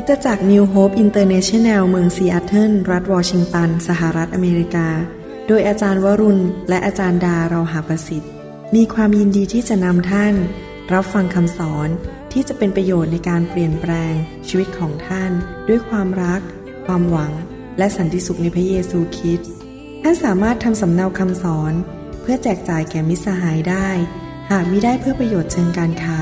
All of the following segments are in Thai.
คริสตจักร New Hope International เมืองซีแอตเทิลรัฐวอชิงตันสหรัฐอเมริกาโดยอาจารย์วรุณและอาจารย์ดาเราหาประสิทธิ์มีความยินดีที่จะนำท่านรับฟังคำสอนที่จะเป็นประโยชน์ในการเปลี่ยนแปลงชีวิตของท่านด้วยความรักความหวังและสันติสุขในพระเยซูคริสต์ท่านสามารถทำสำเนาคำสอนเพื่อแจกจ่ายแก่มิตรสหายได้หากมิได้เพื่อประโยชน์เชิงการค้า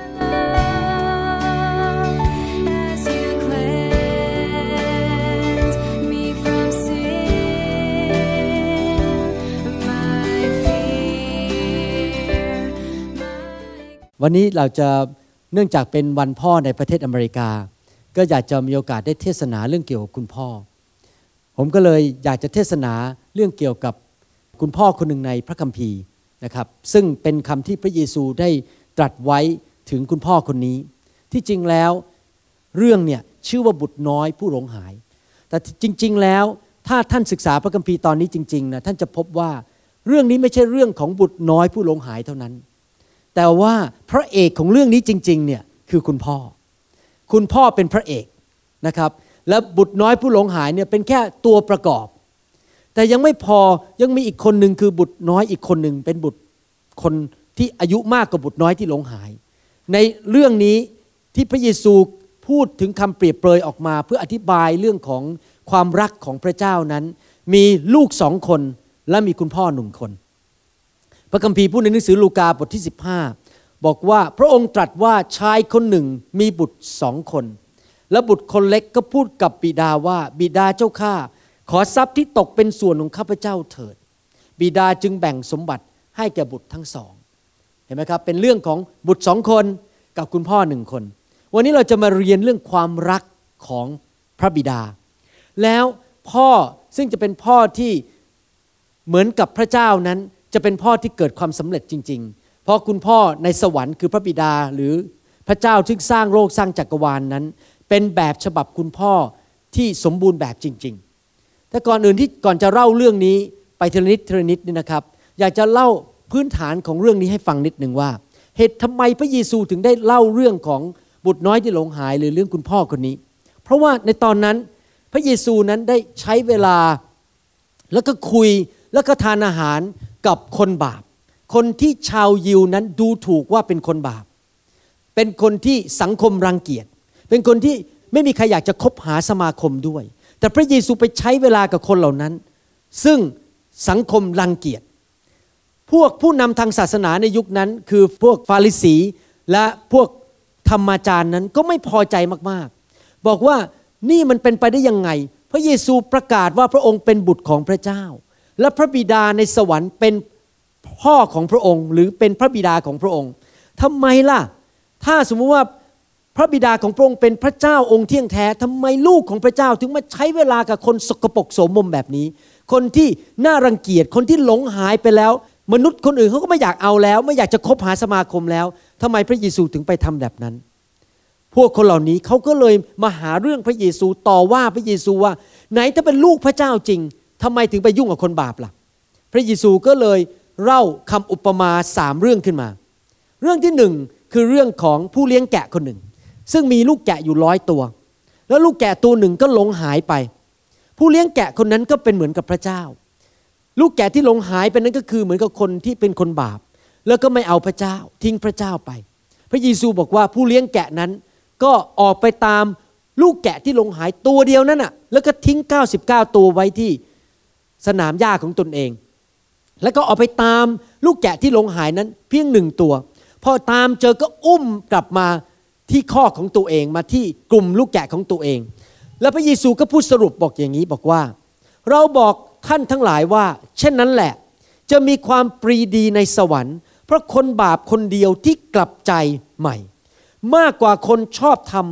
วันนี้เราจะเนื่องจากเป็นวันพ่อในประเทศอเมริกาก็อยากจะมีโอกาสได้เทศนาเรื่องเกี่ยวกับคุณพ่อผมก็เลยอยากจะเทศนาเรื่องเกี่ยวกับคุณพ่อคนหนึ่งในพระคัมภีร์นะครับซึ่งเป็นคำที่พระเยซูได้ตรัสไว้ถึงคุณพ่อคนนี้ที่จริงแล้วเรื่องเนี่ยชื่อว่าบุตรน้อยผู้หลงหายแต่จริงๆแล้วถ้าท่านศึกษาพระคัมภีร์ตอนนี้จริงๆนะท่านจะพบว่าเรื่องนี้ไม่ใช่เรื่องของบุตรน้อยผู้หลงหายเท่านั้นแต่ว่าพระเอกของเรื่องนี้จริงๆเนี่ยคือคุณพ่อเป็นพระเอกนะครับและบุตรน้อยผู้หลงหายเนี่ยเป็นแค่ตัวประกอบแต่ยังไม่พอยังมีอีกคนหนึ่งคือบุตรน้อยอีกคนหนึ่งเป็นบุตรคนที่อายุมากกว่าบุตรน้อยที่หลงหายในเรื่องนี้ที่พระเยซูพูดถึงคำเปรียบเปรยออกมาเพื่ออธิบายเรื่องของความรักของพระเจ้านั้นมีลูก2 คนและมีคุณพ่อ1 คนพระคัมภีร์พูดในหนังสือลูกาบทที่15บอกว่าพระองค์ตรัสว่าชายคนหนึ่งมีบุตร2 คนและบุตรคนเล็กก็พูดกับบิดาว่าบิดาเจ้าข้าขอทรัพย์ที่ตกเป็นส่วนของข้าพเจ้าเถิดบิดาจึงแบ่งสมบัติให้แก่บุตรทั้ง2เห็นไหมครับเป็นเรื่องของบุตร2 คนกับคุณพ่อ1 คนวันนี้เราจะมาเรียนเรื่องความรักของพระบิดาแล้วพ่อซึ่งจะเป็นพ่อที่เหมือนกับพระเจ้านั้นจะเป็นพ่อที่เกิดความสำเร็จจริงๆเพราะคุณพ่อในสวรรค์คือพระบิดาหรือพระเจ้าที่สร้างโลกสร้างจักรวาล นั้นเป็นแบบฉบับคุณพ่อที่สมบูรณ์แบบจริงๆแต่ก่อนจะเล่าเรื่องนี้ไปทีละนิดนี่นะครับอยากจะเล่าพื้นฐานของเรื่องนี้ให้ฟังนิดนึงว่าเหตุทำไมพระเยซูถึงได้เล่าเรื่องของบุตรน้อยที่หลงหายหรือเรื่องคุณพ่อคนนี้เพราะว่าในตอนนั้นพระเยซูนั้นได้ใช้เวลาแล้วก็คุยแล้วก็ทานอาหารกับคนบาปคนที่ชาวยิวนั้นดูถูกว่าเป็นคนบาปเป็นคนที่สังคมรังเกียจเป็นคนที่ไม่มีใครอยากจะคบหาสมาคมด้วยแต่พระเยซูไปใช้เวลากับคนเหล่านั้นซึ่งสังคมรังเกียจพวกผู้นำทางศาสนาในยุคนั้นคือพวกฟาริสีและพวกธรรมาจารย์นั้นก็ไม่พอใจมากๆบอกว่านี่มันเป็นไปได้ยังไงพระเยซูประกาศว่าพระองค์เป็นบุตรของพระเจ้าและพระบิดาในสวรรค์เป็นพ่อของพระองค์หรือเป็นพระบิดาของพระองค์ทำไมล่ะถ้าสมมุติว่าพระบิดาของพระองค์เป็นพระเจ้าองค์เที่ยงแท้ทำไมลูกของพระเจ้าถึงมาใช้เวลากับคนสกปรกโสมมแบบนี้คนที่น่ารังเกียจคนที่หลงหายไปแล้วมนุษย์คนอื่นเขาก็ไม่อยากเอาแล้วไม่อยากจะคบหาสมาคมแล้วทำไมพระเยซูถึงไปทำแบบนั้นพวกคนเหล่านี้เขาก็เลยมาหาเรื่องพระเยซูต่อว่าพระเยซูว่าไหนถ้าเป็นลูกพระเจ้าจริงทำไมถึงไปยุ่งกับคนบาปล่ะพระเยซูก็เลยเล่าคำอุปมา3 เรื่องขึ้นมาเรื่องที่1คือเรื่องของผู้เลี้ยงแกะคนหนึ่งซึ่งมีลูกแกะอยู่100 ตัวแล้วลูกแกะตัวหนึ่งก็หลงหายไปผู้เลี้ยงแกะคนนั้นก็เป็นเหมือนกับพระเจ้าลูกแกะที่หลงหายไปนั้นก็คือเหมือนกับคนที่เป็นคนบาปแล้วก็ไม่เอาพระเจ้าทิ้งพระเจ้าไปพระเยซูบอกว่าผู้เลี้ยงแกะนั้นก็ออกไปตามลูกแกะที่หลงหายตัวเดียวนั้นน่ะแล้วก็ทิ้ง99 ตัวไว้ที่สนามหญ้าของตนเองแล้วก็ออกไปตามลูกแกะที่หลงหายนั้นเพียง1 ตัวพอตามเจอก็อุ้มกลับมาที่คอกของตัวเองมาที่กลุ่มลูกแกะของตัวเองแล้วพระเยซูก็พูดสรุปบอกอย่างนี้บอกว่าเราบอกท่านทั้งหลายว่าเช่นนั้นแหละจะมีความปรีดีในสวรรค์เพราะคนบาปคนเดียวที่กลับใจใหม่มากกว่าคนชอบธรรม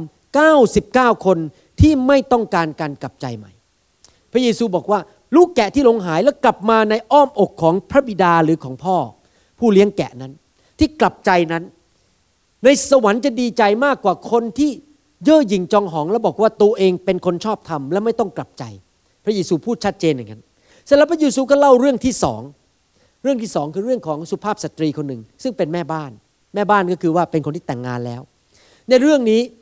99 คนที่ไม่ต้องการการกลับใจใหม่พระเยซูบอกว่าลูกแกะที่หลงหายแล้วกลับมาในอ้อมอกของพระบิดาหรือของพ่อผู้เลี้ยงแกะนั้นที่กลับใจนั้นในสวรรค์จะดีใจมากกว่าคนที่เย่อหยิ่งจองหองแล้วบอกว่าตัวเองเป็นคนชอบธรรมและไม่ต้องกลับใจพระเยซูพูดชัดเจนอย่างนั้นเสร็จแล้วพระเยซูก็เล่าเรื่องที่2คือเรื่องของสุภาพสตรีคนหนึ่งซึ่งเป็นแม่บ้านก็คือว่าเป็นคนที่แต่งงานแล้วในเรื่องนี้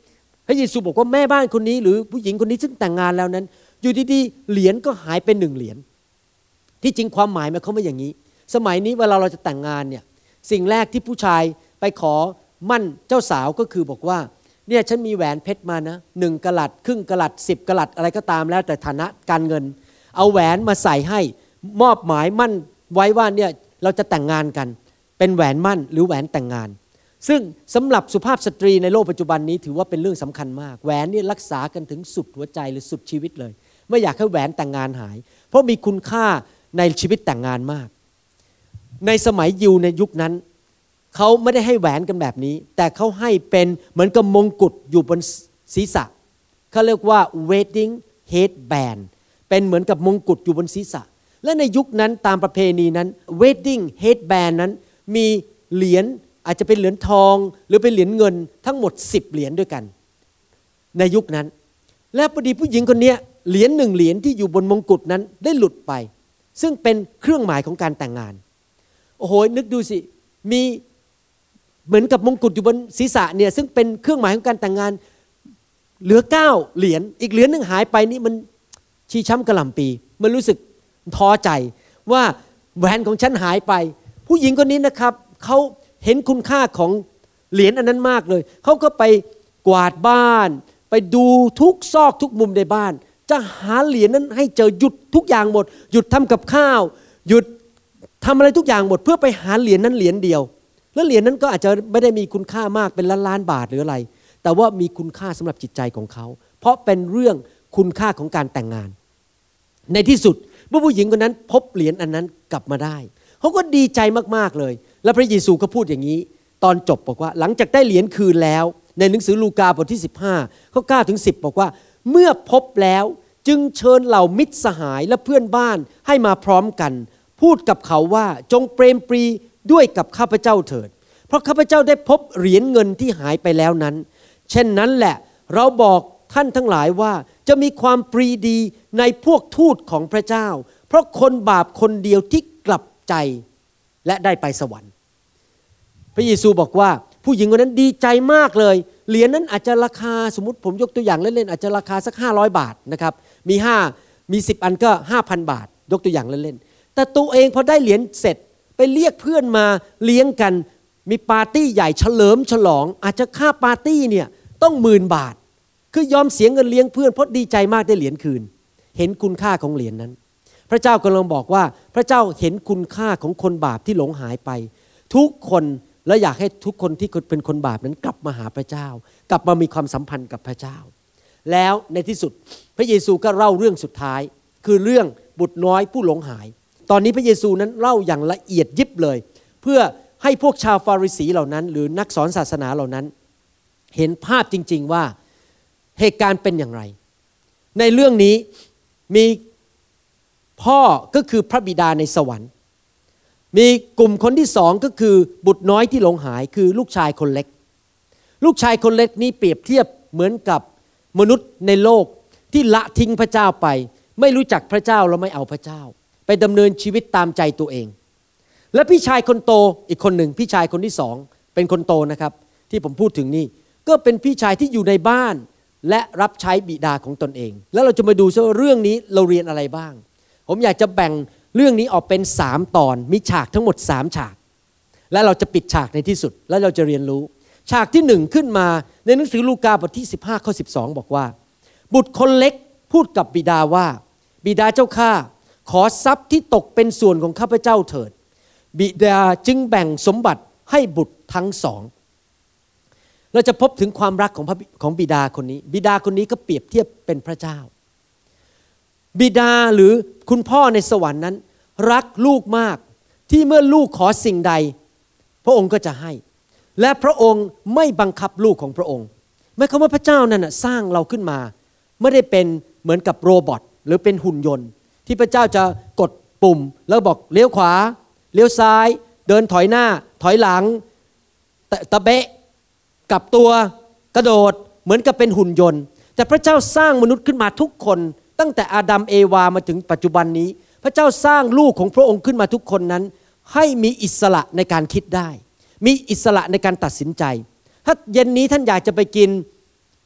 พระเยซูบอกว่าแม่บ้านคนนี้หรือผู้หญิงคนนี้ซึ่งแต่งงานแล้วนั้นอยู่ดีๆเหรียญก็หายไป1เหรียญที่จริงความหมายมันเขาไม่อย่างนี้สมัยนี้เวลาเราจะแต่งงานเนี่ยสิ่งแรกที่ผู้ชายไปขอมั่นเจ้าสาวก็คือบอกว่าเนี่ยฉันมีแหวนเพชรมานะ1กะรัตครึ่งกะรัต10กะรัตอะไรก็ตามแล้วแต่ฐานะการเงินเอาแหวนมาใส่ให้มอบหมายมั่นไว้ว่าเนี่ยเราจะแต่งงานกันเป็นแหวนมั่นหรือแหวนแต่งงานซึ่งสำหรับสุภาพสตรีในโลกปัจจุบันนี้ถือว่าเป็นเรื่องสำคัญมากแหวนนี่รักษากันถึงสุดหัวใจหรือสุดชีวิตเลยไม่อยากให้แหวนแต่งงานหายเพราะมีคุณค่าในชีวิตแต่งงานมากในสมัยยิวในยุคนั้นเขาไม่ได้ให้แหวนกันแบบนี้แต่เขาให้เป็นเหมือนกับมงกุฎอยู่บนศีรษะเขาเรียกว่า wedding headband เป็นเหมือนกับมงกุฎอยู่บนศีรษะและในยุคนั้นตามประเพณีนั้น wedding headband นั้นมีเหรียญอาจจะเป็นเหรียญทองหรือเป็นเหรียญเงินทั้งหมด10เหรียญด้วยกันในยุคนั้นและพอดีผู้หญิงคนนี้เหรียญ1เหรียญที่อยู่บนมงกุฎนั้นได้หลุดไปซึ่งเป็นเครื่องหมายของการแต่งงานโอ้โหนึกดูสิมีเหมือนกับมงกุฎอยู่บนศีรษะเนี่ยซึ่งเป็นเครื่องหมายของการแต่งงานเหลือ9เหรียญอีกเหรียญนึงหายไปนี่มันชี้ช้ำกระหล่ำปีมันรู้สึกท้อใจว่าแหวนของฉันหายไปผู้หญิงคนนี้นะครับเขาเห็นคุณค่าของเหรียญอันนั้นมากเลยเขาก็ไปกวาดบ้านไปดูทุกซอกทุกมุมในบ้านจะหาเหรียญนั้นให้เจอหยุดทุกอย่างหมดหยุดทำกับข้าวหยุดทำอะไรทุกอย่างหมดเพื่อไปหาเหรียญนั้นเหรียญเดียวแล้วเหรียญนั้นก็อาจจะไม่ได้มีคุณค่ามากเป็นล้านๆบาทหรืออะไรแต่ว่ามีคุณค่าสำหรับจิตใจของเขาเพราะเป็นเรื่องคุณค่าของการแต่งงานในที่สุดเมื่อผู้หญิงคนนั้นพบเหรียญอันนั้นกลับมาได้เขาก็ดีใจมากๆเลยแล้วพระเยซูก็พูดอย่างนี้ตอนจบบอกว่าหลังจากได้เหรียญคืนแล้วในหนังสือลูกาบทที่15ข้อ9ถึง10บอกว่าเมื่อพบแล้วจึงเชิญเหล่ามิตรสหายและเพื่อนบ้านให้มาพร้อมกันพูดกับเขาว่าจงเปรมปรีด้วยกับข้าพเจ้าเถิดเพราะข้าพเจ้าได้พบเหรียญเงินที่หายไปแล้วนั้นเช่นนั้นแหละเราบอกท่านทั้งหลายว่าจะมีความปรีดีในพวกทูตของพระเจ้าเพราะคนบาปคนเดียวที่กลับใจและได้ไปสวรรค์พระเยซูบอกว่าผู้หญิงคนนั้นดีใจมากเลยเหรียญนั้นอาจจะราคาสมมุติผมยกตัวอย่างเล่นๆอาจจะราคาสัก500บาทนะครับมี10อันก็ 5,000 บาทยกตัวอย่างเล่นๆแต่ตัวเองพอได้เหรียญเสร็จไปเรียกเพื่อนมาเลี้ยงกันมีปาร์ตี้ใหญ่เฉลิมฉลองอาจจะค่าปาร์ตี้เนี่ยต้อง10,000 บาทคือยอมเสียเงินเลี้ยงเพื่อนเพราะดีใจมากได้เหรียญคืนเห็นคุณค่าของเหรียญนั้นพระเจ้ากำลังบอกว่าพระเจ้าเห็นคุณค่าของคนบาปที่หลงหายไปทุกคนและอยากให้ทุกคนที่เป็นคนบาปนั้นกลับมาหาพระเจ้ากลับมามีความสัมพันธ์กับพระเจ้าแล้วในที่สุดพระเยซูก็เล่าเรื่องสุดท้ายคือเรื่องบุตรน้อยผู้หลงหายตอนนี้พระเยซูนั้นเล่าอย่างละเอียดยิบเลยเพื่อให้พวกชาวฟาริสีเหล่านั้นหรือนักสอนศาสนาเหล่านั้นเห็นภาพจริงๆว่าเหตุการณ์เป็นอย่างไรในเรื่องนี้มีพ่อก็คือพระบิดาในสวรรค์มีกลุ่มคนที่สองก็คือบุตรน้อยที่หลงหายคือลูกชายคนเล็กลูกชายคนเล็กนี้เปรียบเทียบเหมือนกับมนุษย์ในโลกที่ละทิ้งพระเจ้าไปไม่รู้จักพระเจ้าแล้วไม่เอาพระเจ้าไปดำเนินชีวิตตามใจตัวเองและพี่ชายคนโตอีกคนหนึ่งพี่ชายคนที่สองเป็นคนโตนะครับที่ผมพูดถึงนี่ก็เป็นพี่ชายที่อยู่ในบ้านและรับใช้บิดาของตนเองแล้วเราจะมาดูว่าเรื่องนี้เราเรียนอะไรบ้างผมอยากจะแบ่งเรื่องนี้ออกเป็น3ตอนมีฉากทั้งหมด3ฉากและเราจะปิดฉากในที่สุดแล้วเราจะเรียนรู้ฉากที่1ขึ้นมาในหนังสือลูกาบทที่15ข้อ12บอกว่าบุตรคนเล็กพูดกับบิดาว่าบิดาเจ้าข้าขอทรัพย์ที่ตกเป็นส่วนของข้าพเจ้าเถิดบิดาจึงแบ่งสมบัติให้บุตรทั้งสองเราจะพบถึงความรักของบิดาคนนี้บิดาคนนี้ก็เปรียบเทียบเป็นพระเจ้าบิดาหรือคุณพ่อในสวรรค์นั้นรักลูกมากที่เมื่อลูกขอสิ่งใดพระองค์ก็จะให้และพระองค์ไม่บังคับลูกของพระองค์หมายความว่าพระเจ้านั้นสร้างเราขึ้นมาไม่ได้เป็นเหมือนกับโรบอทหรือเป็นหุ่นยนต์ที่พระเจ้าจะกดปุ่มแล้วบอกเลี้ยวขวาเลี้ยวซ้ายเดินถอยหน้าถอยหลังตะเบะกลับตัวกระโดดเหมือนกับเป็นหุ่นยนต์แต่พระเจ้าสร้างมนุษย์ขึ้นมาทุกคนตั้งแต่อาดัมเอวามาถึงปัจจุบันนี้พระเจ้าสร้างลูกของพระองค์ขึ้นมาทุกคนนั้นให้มีอิสระในการคิดได้มีอิสระในการตัดสินใจถ้าเย็นนี้ท่านอยากจะไปกิน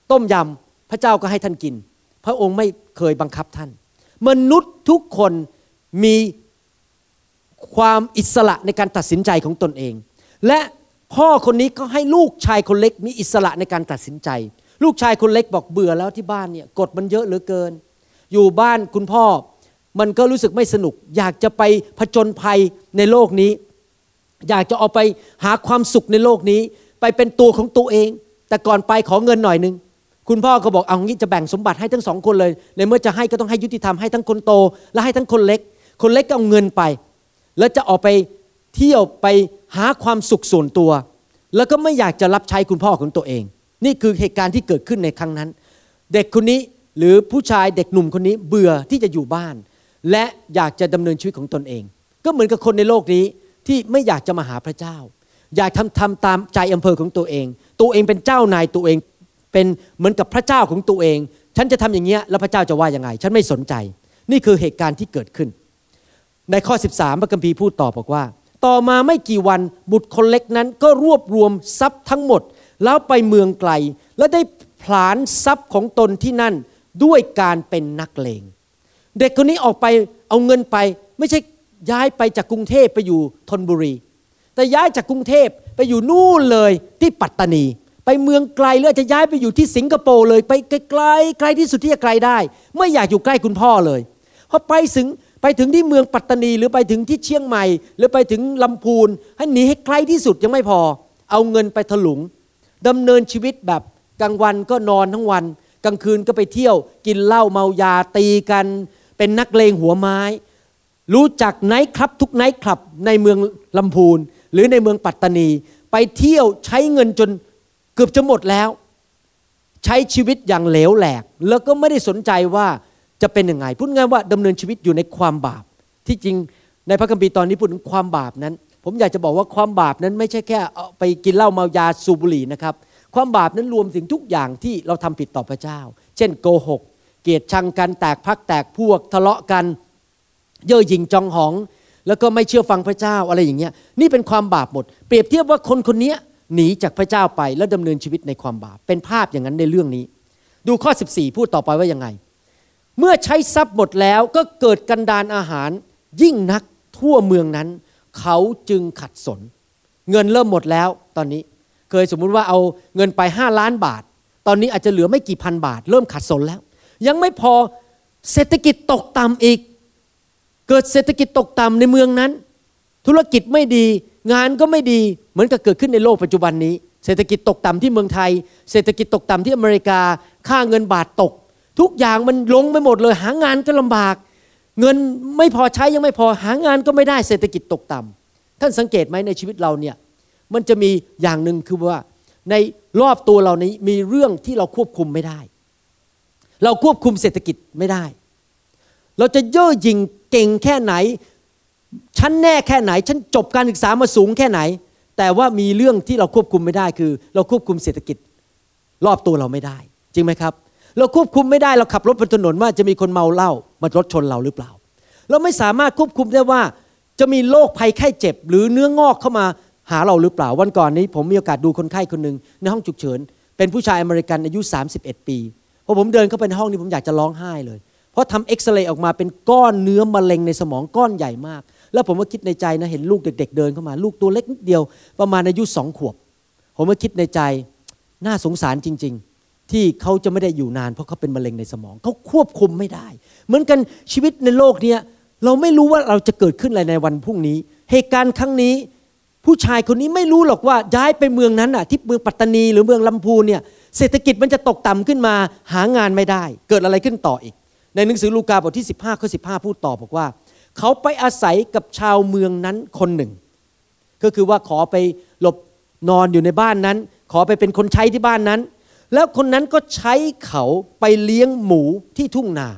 ต้มยำพระเจ้าก็ให้ท่านกินพระองค์ไม่เคยบังคับท่านมนุษย์ทุกคนมีความอิสระในการตัดสินใจของตนเองและพ่อคนนี้ก็ให้ลูกชายคนเล็กมีอิสระในการตัดสินใจลูกชายคนเล็กบอกเบื่อแล้วที่บ้านเนี่ยกฎมันเยอะเหลือเกินอยู่บ้านคุณพ่อมันก็รู้สึกไม่สนุกอยากจะไปผจญภัยในโลกนี้อยากจะเอาไปหาความสุขในโลกนี้ไปเป็นตัวของตัวเองแต่ก่อนไปขอเงินหน่อยนึงคุณพ่อก็บอกเอางี้จะแบ่งสมบัติให้ทั้งสองคนเลยในเมื่อจะให้ก็ต้องให้ยุติธรรมให้ทั้งคนโตและให้ทั้งคนเล็กคนเล็กก็เอาเงินไปแล้วจะออกไปเที่ยวไปหาความสุขส่วนตัวแล้วก็ไม่อยากจะรับใช้คุณพ่อของตัวเองนี่คือเหตุการณ์ที่เกิดขึ้นในครั้งนั้นเด็กคนนี้หรือผู้ชายเด็กหนุ่มคนนี้เบื่อที่จะอยู่บ้านและอยากจะดำเนินชีวิตของตนเองก็เหมือนกับคนในโลกนี้ที่ไม่อยากจะมาหาพระเจ้าอยากทำตามใจอำเภอของตัวเองเป็นเจ้านายตัวเองเป็นเหมือนกับพระเจ้าของตัวเองฉันจะทำอย่างเงี้ยแล้วพระเจ้าจะว่ายังไงฉันไม่สนใจนี่คือเหตุการณ์ที่เกิดขึ้นในข้อ13พระคัมภีร์พูดต่อบอกว่าต่อมาไม่กี่วันบุตรคนเล็กนั้นก็รวบรวมทรัพย์ทั้งหมดแล้วไปเมืองไกลและได้ผลาญทรัพย์ของตนที่นั่นด้วยการเป็นนักเลงเด็กคนนี้ออกไปเอาเงินไปไม่ใช่ย้ายไปจากกรุงเทพไปอยู่ธนบุรีแต่ย้ายจากกรุงเทพไปอยู่นู่นเลยที่ปัตตานีไปเมืองไกลหรือจะย้ายไปอยู่ที่สิงคโปร์เลยไปไกลไกลที่สุดที่จะไกลได้ไม่อยากอยู่ใกล้คุณพ่อเลยพอไปถึงที่เมืองปัตตานีหรือไปถึงที่เชียงใหม่หรือไปถึงลำพูนให้หนีให้ไกลที่สุดยังไม่พอเอาเงินไปถลุงดำเนินชีวิตแบบกลางวันก็นอนทั้งวันกลางคืนก็ไปเที่ยวกินเหล้าเมายาตีกันเป็นนักเลงหัวไม้รู้จักไนท์คลับทุกไนท์คลับในเมืองลำพูนหรือในเมืองปัตตานีไปเที่ยวใช้เงินจนเกือบจะหมดแล้วใช้ชีวิตอย่างเหลวแหลกแล้วก็ไม่ได้สนใจว่าจะเป็นยังไงพูดง่ายว่าดำเนินชีวิตอยู่ในความบาปที่จริงในพระคัมภีร์ตอนนี้พูดถึงความบาปนั้นผมอยากจะบอกว่าความบาปนั้นไม่ใช่แค่ไปกินเหล้าเมายาสูบบุหรี่นะครับความบาปนั้นรวมถึงทุกอย่างที่เราทำผิดต่อพระเจ้าเช่นโกหกเกลียดชังกันแตกพรรคแตกพวกทะเลาะกันเย่อหยิ่งจองหองแล้วก็ไม่เชื่อฟังพระเจ้าอะไรอย่างเงี้ยนี่เป็นความบาปหมดเปรียบเทียบว่าคนคนนี้หนีจากพระเจ้าไปแล้วดำเนินชีวิตในความบาปเป็นภาพอย่างนั้นในเรื่องนี้ดูข้อ14พูดต่อไปว่ายังไงเมื่อใช้ทรัพย์หมดแล้วก็เกิดกันดารอาหารยิ่งนักทั่วเมืองนั้นเขาจึงขัดสนเงินเริ่มหมดแล้วตอนนี้เคยสมมุติว่าเอาเงินไป5 ล้านบาทตอนนี้อาจจะเหลือไม่กี่พันบาทเริ่มขัดสนแล้วยังไม่พอเศรษฐกิจตกต่ำอีกเกิดเศรษฐกิจตกต่ำในเมืองนั้นธุรกิจไม่ดีงานก็ไม่ดีเหมือนกับเกิดขึ้นในโลกปัจจุบันนี้เศรษฐกิจตกต่ำที่เมืองไทยเศรษฐกิจตกต่ำที่อเมริกาค่าเงินบาทตกทุกอย่างมันลงไปหมดเลยหางานก็ลำบากเงินไม่พอใช้ยังไม่พอหางานก็ไม่ได้เศรษฐกิจตกต่ำท่านสังเกตไหมในชีวิตเราเนี่ยมันจะมีอย่างนึงคือว่าในรอบตัวเรานี้มีเรื่องที่เราควบคุมไม่ได้เราควบคุมเศรษฐกิจไม่ได้เราจะเย่อหยิ่งเก่งแค่ไหนชั้นแน่แค่ไหนฉันจบการศึกษามาสูงแค่ไหนแต่ว่ามีเรื่องที่เราควบคุมไม่ได้คือเราควบคุมเศรษฐกิจรอบตัวเราไม่ได้จริงไหมครับเราควบคุมไม่ได้เราขับรถบนถนนว่าจะมีคนเมาเหล้ามารถชนเราหรือเปล่าเราไม่สามารถควบคุมได้ว่าจะมีโรคภัยไข้เจ็บหรือเนื้องอกเข้ามาหาเราหรือเปล่าวันก่อนนี้ผมมีโอกาสดูคนไข้คนนึงในห้องฉุกเฉินเป็นผู้ชายอเมริกันอายุ31 ปีพอผมเดินเข้าไปในห้องนี้ผมอยากจะร้องไห้เลยเพราะทำเอ็กซเรย์ออกมาเป็นก้อนเนื้อมะเร็งในสมองก้อนใหญ่มากแล้วผมก็คิดในใจนะเห็นลูกเด็กๆเดินเข้ามาลูกตัวเล็กนิดเดียวประมาณอายุ2 ขวบผมก็คิดในใจน่าสงสารจริงๆที่เขาจะไม่ได้อยู่นานเพราะเขาเป็นมะเร็งในสมองเขาควบคุมไม่ได้เหมือนกันชีวิตในโลกนี้เราไม่รู้ว่าเราจะเกิดขึ้นอะไรในวันพรุ่งนี้เหตุการณ์ครั้งนี้ผู้ชายคนนี้ไม่รู้หรอกว่าย้ายไปเมืองนั้นน่ะที่เมืองปัตตานีหรือเมืองลำพูนเนี่ยเศรษฐกิจมันจะตกต่ำขึ้นมาหางานไม่ได้เกิดอะไรขึ้นต่ออีกในหนังสือลูกาบทที่15ข้อ15พูดต่อบอกว่าเขาไปอาศัยกับชาวเมืองนั้นคนหนึ่งก็คือว่าขอไปหลบนอนอยู่ในบ้านนั้นขอไปเป็นคนใช้ที่บ้านนั้นแล้วคนนั้นก็ใช้เขาไปเลี้ยงหมูที่ทุ่งนา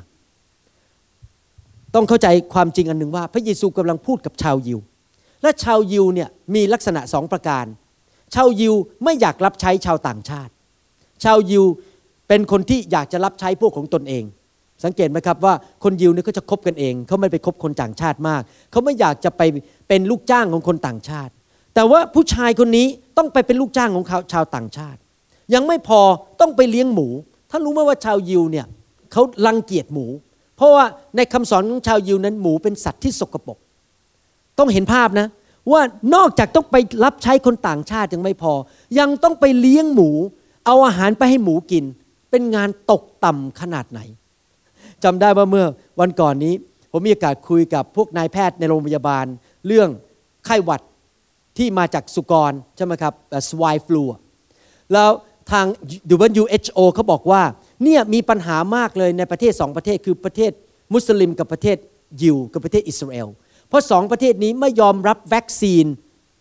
ต้องเข้าใจความจริงอันหนึ่งว่าพระเยซูกำลังพูดกับชาวยิวและชาวยิวเนี่ยมีลักษณะ2 ประการชาวยิวไม่อยากรับใช้ชาวต่างชาติชาวยิวเป็นคนที่อยากจะรับใช้พวกของตนเองสังเกตไหมครับว่าคนยิวเนี่ยเขาจะคบกันเองเขาไม่ไปคบคนต่างชาติมากเขาไม่อยากจะไปเป็นลูกจ้างของคนต่างชาติแต่ว่าผู้ชายคนนี้ต้องไปเป็นลูกจ้างของชาวต่างชาติยังไม่พอต้องไปเลี้ยงหมูท่านรู้ไหมว่าชาวยิวเนี่ยเขารังเกียจหมูเพราะว่าในคำสอนของชาวยิวนั้นหมูเป็นสัตว์ที่สกปรกต้องเห็นภาพนะว่านอกจากต้องไปรับใช้คนต่างชาติยังไม่พอยังต้องไปเลี้ยงหมูเอาอาหารไปให้หมูกินเป็นงานตกต่ำขนาดไหนจำได้ว่าเมื่อวันก่อนนี้ผมมีโอกาสคุยกับพวกนายแพทย์ในโรงพยาบาลเรื่องไข้หวัดที่มาจากสุกรใช่ไหมครับswine flu แล้วทาง WHO เขาบอกว่าเนี่ยมีปัญหามากเลยในประเทศ2ประเทศคือประเทศมุสลิมกับประเทศยิวกับประเทศอิสราเอลเพราะ2ประเทศนี้ไม่ยอมรับวัคซีน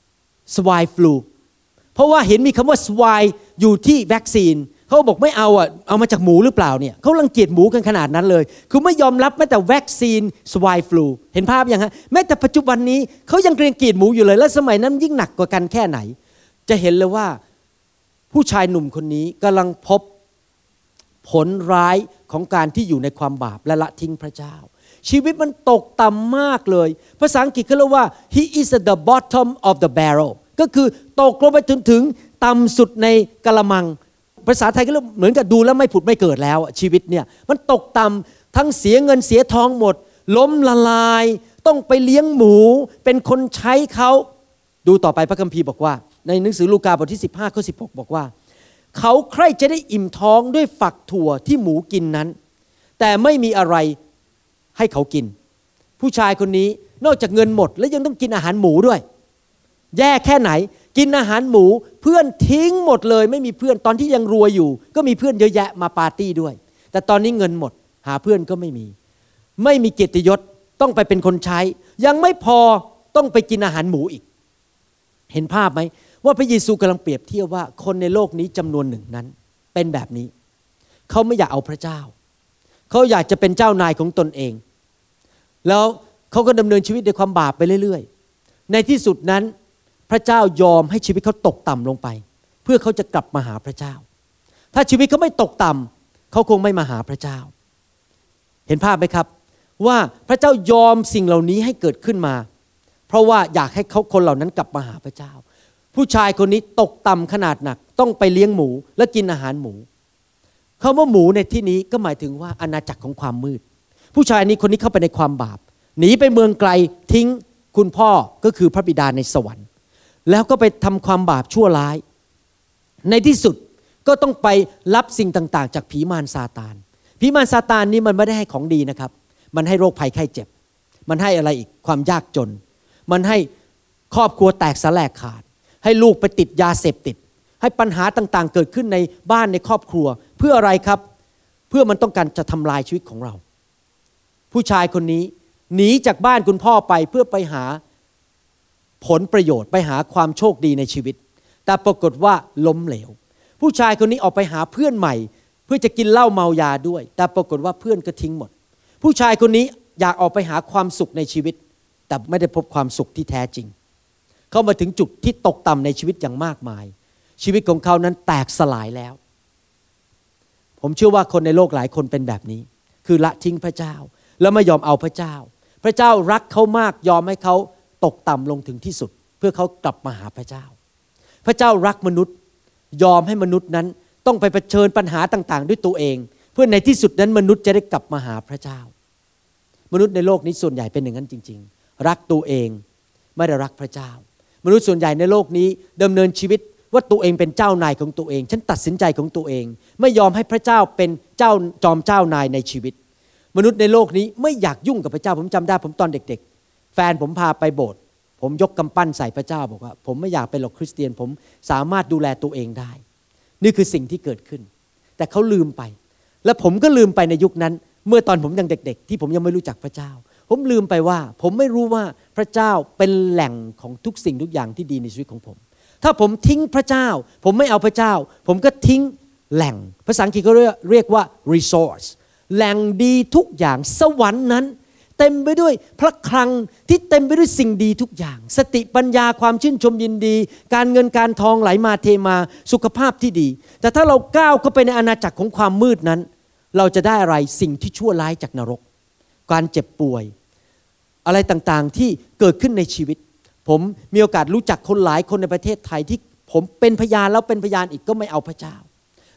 swine flu เพราะว่าเห็นมีคำว่า swine อยู่ที่วัคซีนเขาบอกไม่เอามาจากหมูหรือเปล่าเนี่ยเขารังเกียจหมูกันขนาดนั้นเลยคือไม่ยอมรับแม้แต่วัคซีน swine flu เห็นภาพยังฮะแม้แต่ปัจจุบันนี้เขายังรังเกียจหมูอยู่เลยและสมัยนั้นยิ่งหนักกว่ากันแค่ไหนจะเห็นเลยว่าผู้ชายหนุ่มคนนี้กำลังพบผลร้ายของการที่อยู่ในความบาปและละทิ้งพระเจ้าชีวิตมันตกต่ำมากเลยภาษาอังกฤษเขาเรียกว่า he is at the bottom of the barrel ก็คือตกลงไปถึงต่ำสุดในกะละมังภาษาไทยก็เหมือนกับดูแล้วไม่ผุดไม่เกิดแล้วชีวิตเนี่ยมันตกต่ำทั้งเสียเงินเสียทองหมดล้มละลายต้องไปเลี้ยงหมูเป็นคนใช้เขาดูต่อไปพระคัมภีร์บอกว่าในหนังสือลูกาบทที่15ข้อ16บอกว่าเขาใคร่จะได้อิ่มท้องด้วยฝักถั่วที่หมูกินนั้นแต่ไม่มีอะไรให้เขากินผู้ชายคนนี้นอกจากเงินหมดแล้วยังต้องกินอาหารหมูด้วยแย่แค่ไหนกินอาหารหมูเพื่อนทิ้งหมดเลยไม่มีเพื่อนตอนที่ยังรวยอยู่ก็มีเพื่อนเยอะแยะมาปาร์ตี้ด้วยแต่ตอนนี้เงินหมดหาเพื่อนก็ไม่มีเกียรติยศต้องไปเป็นคนใช้ยังไม่พอต้องไปกินอาหารหมูอีกเห็นภาพไหมว่าพระเยซูกำลังเปรียบเทียบว่าคนในโลกนี้จำนวนหนึ่งนั้นเป็นแบบนี้เขาไม่อยากเอาพระเจ้าเขาอยากจะเป็นเจ้านายของตนเองแล้วเขาก็ดำเนินชีวิตด้วยความบาปไปเรื่อยๆในที่สุดนั้นพระเจ้ายอมให้ชีวิตเขาตกต่ำลงไปเพื่อเขาจะกลับมาหาพระเจ้าถ้าชีวิตเขาไม่ตกต่ำเขาคงไม่มาหาพระเจ้าเห็นภาพไหมครับว่าพระเจ้ายอมสิ่งเหล่านี้ให้เกิดขึ้นมาเพราะว่าอยากให้เขาคนเหล่านั้นกลับมาหาพระเจ้าผู้ชายคนนี้ตกต่ำขนาดหนักต้องไปเลี้ยงหมูและกินอาหารหมูคำว่าหมูในที่นี้ก็หมายถึงว่าอาณาจักรของความมืดผู้ชายนี้คนนี้เข้าไปในความบาปหนีไปเมืองไกลทิ้งคุณพ่อก็คือพระบิดาในสวรรค์แล้วก็ไปทำความบาปชั่วร้ายในที่สุดก็ต้องไปรับสิ่งต่างๆจากผีมารซาตานผีมารซาตานนี่มันไม่ได้ให้ของดีนะครับมันให้โรคภัยไข้เจ็บมันให้อะไรอีกความยากจนมันให้ครอบครัวแตกสลายขาดให้ลูกไปติดยาเสพติดให้ปัญหาต่างๆเกิดขึ้นในบ้านในครอบครัวเพื่ออะไรครับเพื่อมันต้องการจะทำลายชีวิตของเราผู้ชายคนนี้หนีจากบ้านคุณพ่อไปเพื่อไปหาผลประโยชน์ไปหาความโชคดีในชีวิตแต่ปรากฏว่าล้มเหลวผู้ชายคนนี้ออกไปหาเพื่อนใหม่เพื่อจะกินเหล้าเมายาด้วยแต่ปรากฏว่าเพื่อนก็ทิ้งหมดผู้ชายคนนี้อยากออกไปหาความสุขในชีวิตแต่ไม่ได้พบความสุขที่แท้จริงเข้ามาถึงจุดที่ตกต่ำในชีวิตอย่างมากมายชีวิตของเขานั้นแตกสลายแล้วผมเชื่อว่าคนในโลกหลายคนเป็นแบบนี้คือละทิ้งพระเจ้าแล้วไม่ยอมเอาพระเจ้าพระเจ้ารักเขามากยอมให้เขาตกต่ำลงถึงที่สุดเพื่อเขากลับมาหาพระเจ้าพระเจ้ารักมนุษย์ยอมให้มนุษย์นั้นต้องไปเผชิญปัญหาต่างๆด้วยตัวเองเพื่อในที่สุดนั้นมนุษย์จะได้กลับมาหาพระเจ้ามนุษย์ในโลกนี้ส่วนใหญ่เป็นอย่างนั้นจริงๆรักตัวเองไม่ได้รักพระเจ้ามนุษย์ส่วนใหญ่ในโลกนี้ดำเนินชีวิตว่าตัวเองเป็นเจ้านายของตัวเองฉันตัดสินใจของตัวเองไม่ยอมให้พระเจ้าเป็นเจ้าจอมเจ้านายในชีวิตมนุษย์ในโลกนี้ไม่อยากยุ่งกับพระเจ้าผมจำได้ผมตอนเด็กๆแฟนผมพาไปโบสถ์ผมยกกำปั้นใส่พระเจ้าบอกว่าผมไม่อยากเป็นหรอกคริสเตียนผมสามารถดูแลตัวเองได้นี่คือสิ่งที่เกิดขึ้นแต่เขาลืมไปและผมก็ลืมไปในยุคนั้นเมื่อตอนผมยังเด็กๆที่ผมยังไม่รู้จักพระเจ้าผมลืมไปว่าผมไม่รู้ว่าพระเจ้าเป็นแหล่งของทุกสิ่งทุกอย่างที่ดีในชีวิตของผมถ้าผมทิ้งพระเจ้าผมไม่เอาพระเจ้าผมก็ทิ้งแหล่งภาษาอังกฤษเขาเรียกว่า resource แหล่งดีทุกอย่างสวรรค์นั้นเต็มไปด้วยพระคลังที่เต็มไปด้วยสิ่งดีทุกอย่างสติปัญญาความชื่นชมยินดีการเงินการทองไหลมาเทมาสุขภาพที่ดีแต่ถ้าเราก้าวเข้าไปในอาณาจักรของความมืดนั้นเราจะได้อะไรสิ่งที่ชั่วร้ายจากนรกการเจ็บป่วยอะไรต่างๆที่เกิดขึ้นในชีวิตผมมีโอกาสรู้จักคนหลายคนในประเทศไทยที่ผมเป็นพยานแล้วเป็นพยานอีกก็ไม่เอาพระเจ้า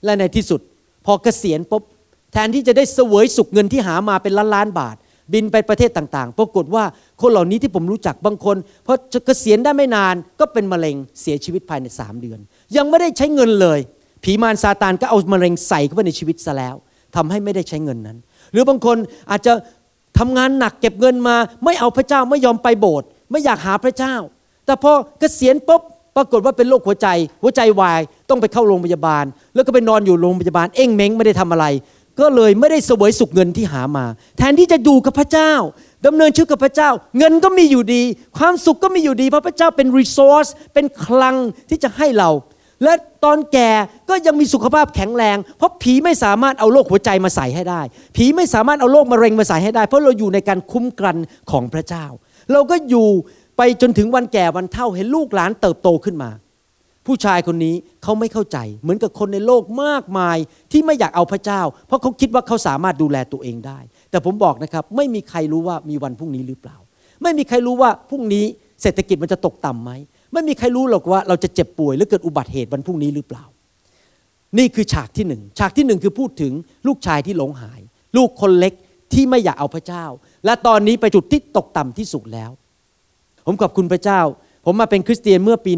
และในที่สุดพอเกษียณปุ๊บแทนที่จะได้เสวยสุขเงินที่หามาเป็นล้านบาทบินไปประเทศต่างๆปรากฏว่าคนเหล่านี้ที่ผมรู้จักบางคนพอจะเกษียณได้ไม่นานก็เป็นมะเร็งเสียชีวิตภายใน3 เดือนยังไม่ได้ใช้เงินเลยผีมารซาตานก็เอามะเร็งใส่เข้าไปในชีวิตซะแล้วทำให้ไม่ได้ใช้เงินนั้นหรือบางคนอาจจะทำงานหนักเก็บเงินมาไม่เอาพระเจ้าไม่ยอมไปโบสถ์ไม่อยากหาพระเจ้าแต่พอเกษียณปุ๊บปรากฏว่าเป็นโรคหัวใจวายต้องไปเข้าโรงพยาบาลแล้วก็ไปนอนอยู่โรงพยาบาลเอ้งเม้งไม่ได้ทำอะไรก็เลยไม่ได้เสวยสุขเงินที่หามาแทนที่จะอยู่กับพระเจ้าดำเนินชีวิตกับพระเจ้าเงินก็มีอยู่ดีความสุขก็มีอยู่ดีเพราะพระเจ้าเป็น resource เป็นคลังที่จะให้เราและตอนแก่ก็ยังมีสุขภาพแข็งแรงเพราะผีไม่สามารถเอาโรคหัวใจมาใส่ให้ได้ผีไม่สามารถเอาโรคมะเร็งมาใส่ให้ได้เพราะเราอยู่ในการคุ้มกันของพระเจ้าเราก็อยู่ไปจนถึงวันแก่วันเฒ่าเห็นลูกหลานเติบโตขึ้นมาผู้ชายคนนี้เขาไม่เข้าใจเหมือนกับคนในโลกมากมายที่ไม่อยากเอาพระเจ้าเพราะเขาคิดว่าเขาสามารถดูแลตัวเองได้แต่ผมบอกนะครับไม่มีใครรู้ว่ามีวันพรุ่งนี้หรือเปล่าไม่มีใครรู้ว่าพรุ่งนี้เศรษฐกิจมันจะตกต่ำไหมไม่มีใครรู้หรอกว่าเราจะเจ็บป่วยหรือเกิดอุบัติเหตุวันพรุ่งนี้หรือเปล่านี่คือฉากที่1ฉากที่1คือพูดถึงลูกชายที่หลงหายลูกคนเล็กที่ไม่อยากเอาพระเจ้าและตอนนี้ไปจุดที่ตกต่ำที่สุดแล้วผมขอบคุณพระเจ้าผมมาเป็นคริสเตียนเมื่อปี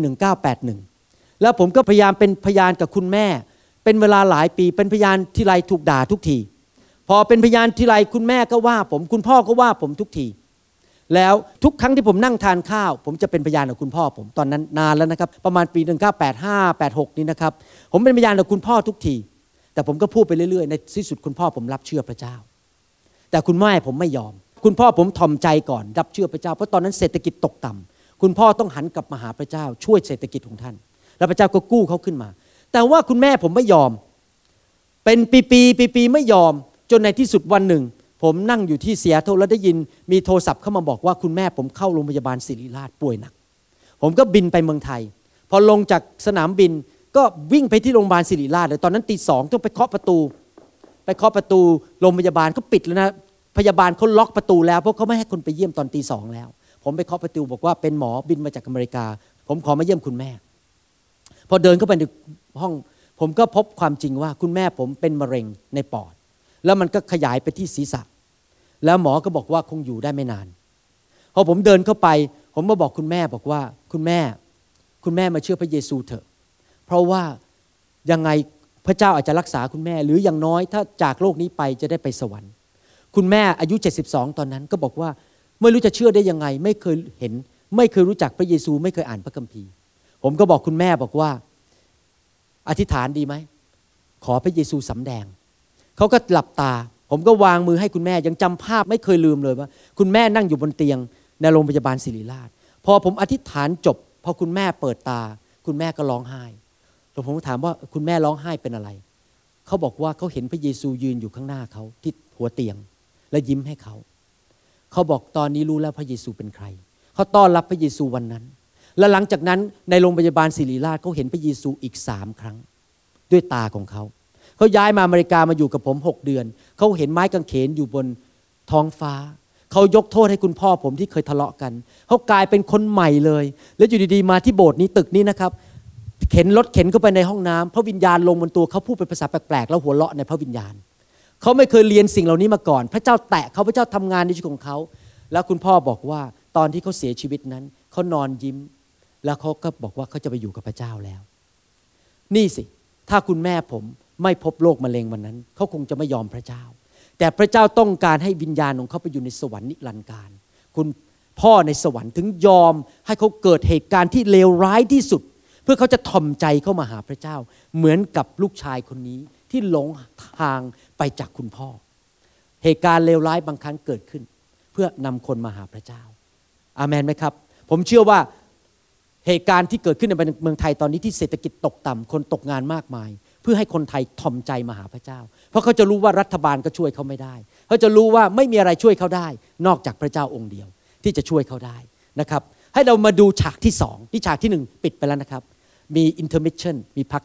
1981แล้วผมก็พยายามเป็นพยานกับคุณแม่เป็นเวลาหลายปีเป็นพยานทีไรถูกด่าทุกทีพอเป็นพยานทีไรคุณแม่ก็ว่าผมคุณพ่อก็ว่าผมทุกทีแล้วทุกครั้งที่ผมนั่งทานข้าวผมจะเป็นพยานกับคุณพ่อผมตอนนั้นนานแล้วนะครับประมาณปี1985 86นี่นะครับผมเป็นพยานกับคุณพ่อทุกทีแต่ผมก็พูดไปเรื่อยๆในที่สุดคุณพ่อผมรับเชื่อพระเจ้าแต่คุณแม่ผมไม่ยอมคุณพ่อผมถ่อมใจก่อนรับเชื่อพระเจ้าเพราะตอนนั้นเศรษฐกิจตกต่ำคุณพ่อต้องหันกลับมาหาพระเจ้าช่วยเศรษฐกิจของท่านแล้วพระเจ้าก็กู้เขาขึ้นมาแต่ว่าคุณแม่ผมไม่ยอมเป็นปีไม่ยอมจนในที่สุดวันหนึ่งผมนั่งอยู่ที่ซีแอตเทิลแล้วได้ยินมีโทรศัพท์เข้ามาบอกว่าคุณแม่ผมเข้าโรงพยาบาลศิริราชป่วยหนักผมก็บินไปเมืองไทยพอลงจากสนามบินก็วิ่งไปที่โรงพยาบาลศิริราชเลยตอนนั้นตี 2ต้องไปเคาะประตูโรงพยาบาลเขาปิดแล้วนะพยาบาลเขาล็อกประตูแล้วเพราะเขาไม่ให้คนไปเยี่ยมตอนตี 2แล้วผมไปเคาะประตูบอกว่าเป็นหมอบินมาจากอเมริกาผมขอมาเยี่ยมคุณแม่พอเดินเข้าไปในห้องผมก็พบความจริงว่าคุณแม่ผมเป็นมะเร็งในปอดแล้วมันก็ขยายไปที่ศีรษะแล้วหมอก็บอกว่าคงอยู่ได้ไม่นานพอผมเดินเข้าไปผมมาบอกคุณแม่บอกว่าคุณแม่มาเชื่อพระเยซูเถอะเพราะว่ายังไงพระเจ้าอาจจะรักษาคุณแม่หรืออย่างน้อยถ้าจากโลกนี้ไปจะได้ไปสวรรค์คุณแม่อายุ72ตอนนั้นก็บอกว่าไม่รู้จะเชื่อได้ยังไงไม่เคยเห็นไม่เคยรู้จักพระเยซูไม่เคยอ่านพระคัมภีร์ผมก็บอกคุณแม่บอกว่าอธิษฐานดีไหมขอพระเยซูสำแดงเขาก็หลับตาผมก็วางมือให้คุณแม่ยังจำภาพไม่เคยลืมเลยว่าคุณแม่นั่งอยู่บนเตียงในโรงพยาบาลศิริราชพอผมอธิษฐานจบพอคุณแม่เปิดตาคุณแม่ก็ร้องไห้แล้วผมก็ถามว่าคุณแม่ร้องไห้เป็นอะไรเขาบอกว่าเขาเห็นพระเยซูยืนอยู่ข้างหน้าเขาที่หัวเตียงและยิ้มให้เขาบอกตอนนี้รู้แล้วพระเยซูเป็นใครเขาต้อนรับพระเยซูวันนั้นและหลังจากนั้นในโรงพยาบาลศิริราชเขาเห็นพระเยซูอีก3 ครั้งด้วยตาของเขาย้ายมาอเมริกามาอยู่กับผม6 เดือนเขาเห็นไม้กางเขนอยู่บนท้องฟ้าเขายกโทษให้คุณพ่อผมที่เคยทะเลาะกันเขากลายเป็นคนใหม่เลยแล้วอยู่ดีๆมาที่โบสถ์นี้ตึกนี้นะครับเข็นรถเข็นเข้าไปในห้องน้ำพระวิญญาณลงบนตัวเขาพูดเป็นภาษาแปลกๆแล้วหัวเราะในพระวิญญาณเขาไม่เคยเรียนสิ่งเหล่านี้มาก่อนพระเจ้าแตะเขาพระเจ้าทำงานในชีวิตของเขาแล้วคุณพ่อบอกว่าตอนที่เขาเสียชีวิตนั้นเขานอนยิ้มแล้วเขาก็บอกว่าเขาจะไปอยู่กับพระเจ้าแล้วนี่สิถ้าคุณแม่ผมไม่พบโรคมะเร็งวันนั้นเขาคงจะไม่ยอมพระเจ้าแต่พระเจ้าต้องการให้วิญญาณของเขาไปอยู่ในสวรรค์นิรันดร์การคุณพ่อในสวรรค์ถึงยอมให้เขาเกิดเหตุการณ์ที่เลวร้ายที่สุดเพื่อเขาจะถ่อมใจเข้ามาหาพระเจ้าเหมือนกับลูกชายคนนี้ที่หลงทางไปจากคุณพ่อเหตุการณ์เลวร้ายบางครั้งเกิดขึ้นเพื่อนำคนมาหาพระเจ้าอาเมนไหมครับผมเชื่อว่าเหตุการณ์ที่เกิดขึ้นในเมืองไทยตอนนี้ที่เศรษฐกิจตกต่ำคนตกงานมากมายเพื่อให้คนไทยถ่อมใจมาหาพระเจ้าเพราะเขาจะรู้ว่ารัฐบาลก็ช่วยเขาไม่ได้เขาจะรู้ว่าไม่มีอะไรช่วยเขาได้นอกจากพระเจ้าองค์เดียวที่จะช่วยเขาได้นะครับให้เรามาดูฉากที่2ที่ฉากที่1ปิดไปแล้วนะครับมี intermission มีพัก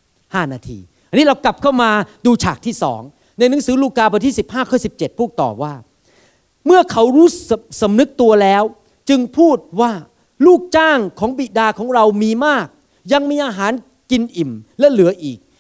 5 นาทีอันนี้เรากลับเข้ามาดูฉากที่2ในหนังสือลูกาบทที่15ข้อ17พูดต่อว่าเมื่อเขารู้สำนึกตัวแล้วจึงพูดว่าลูกจ้างของบิดาของเรามีมากยังมีอาหารกินอิ่มและเหลืออีก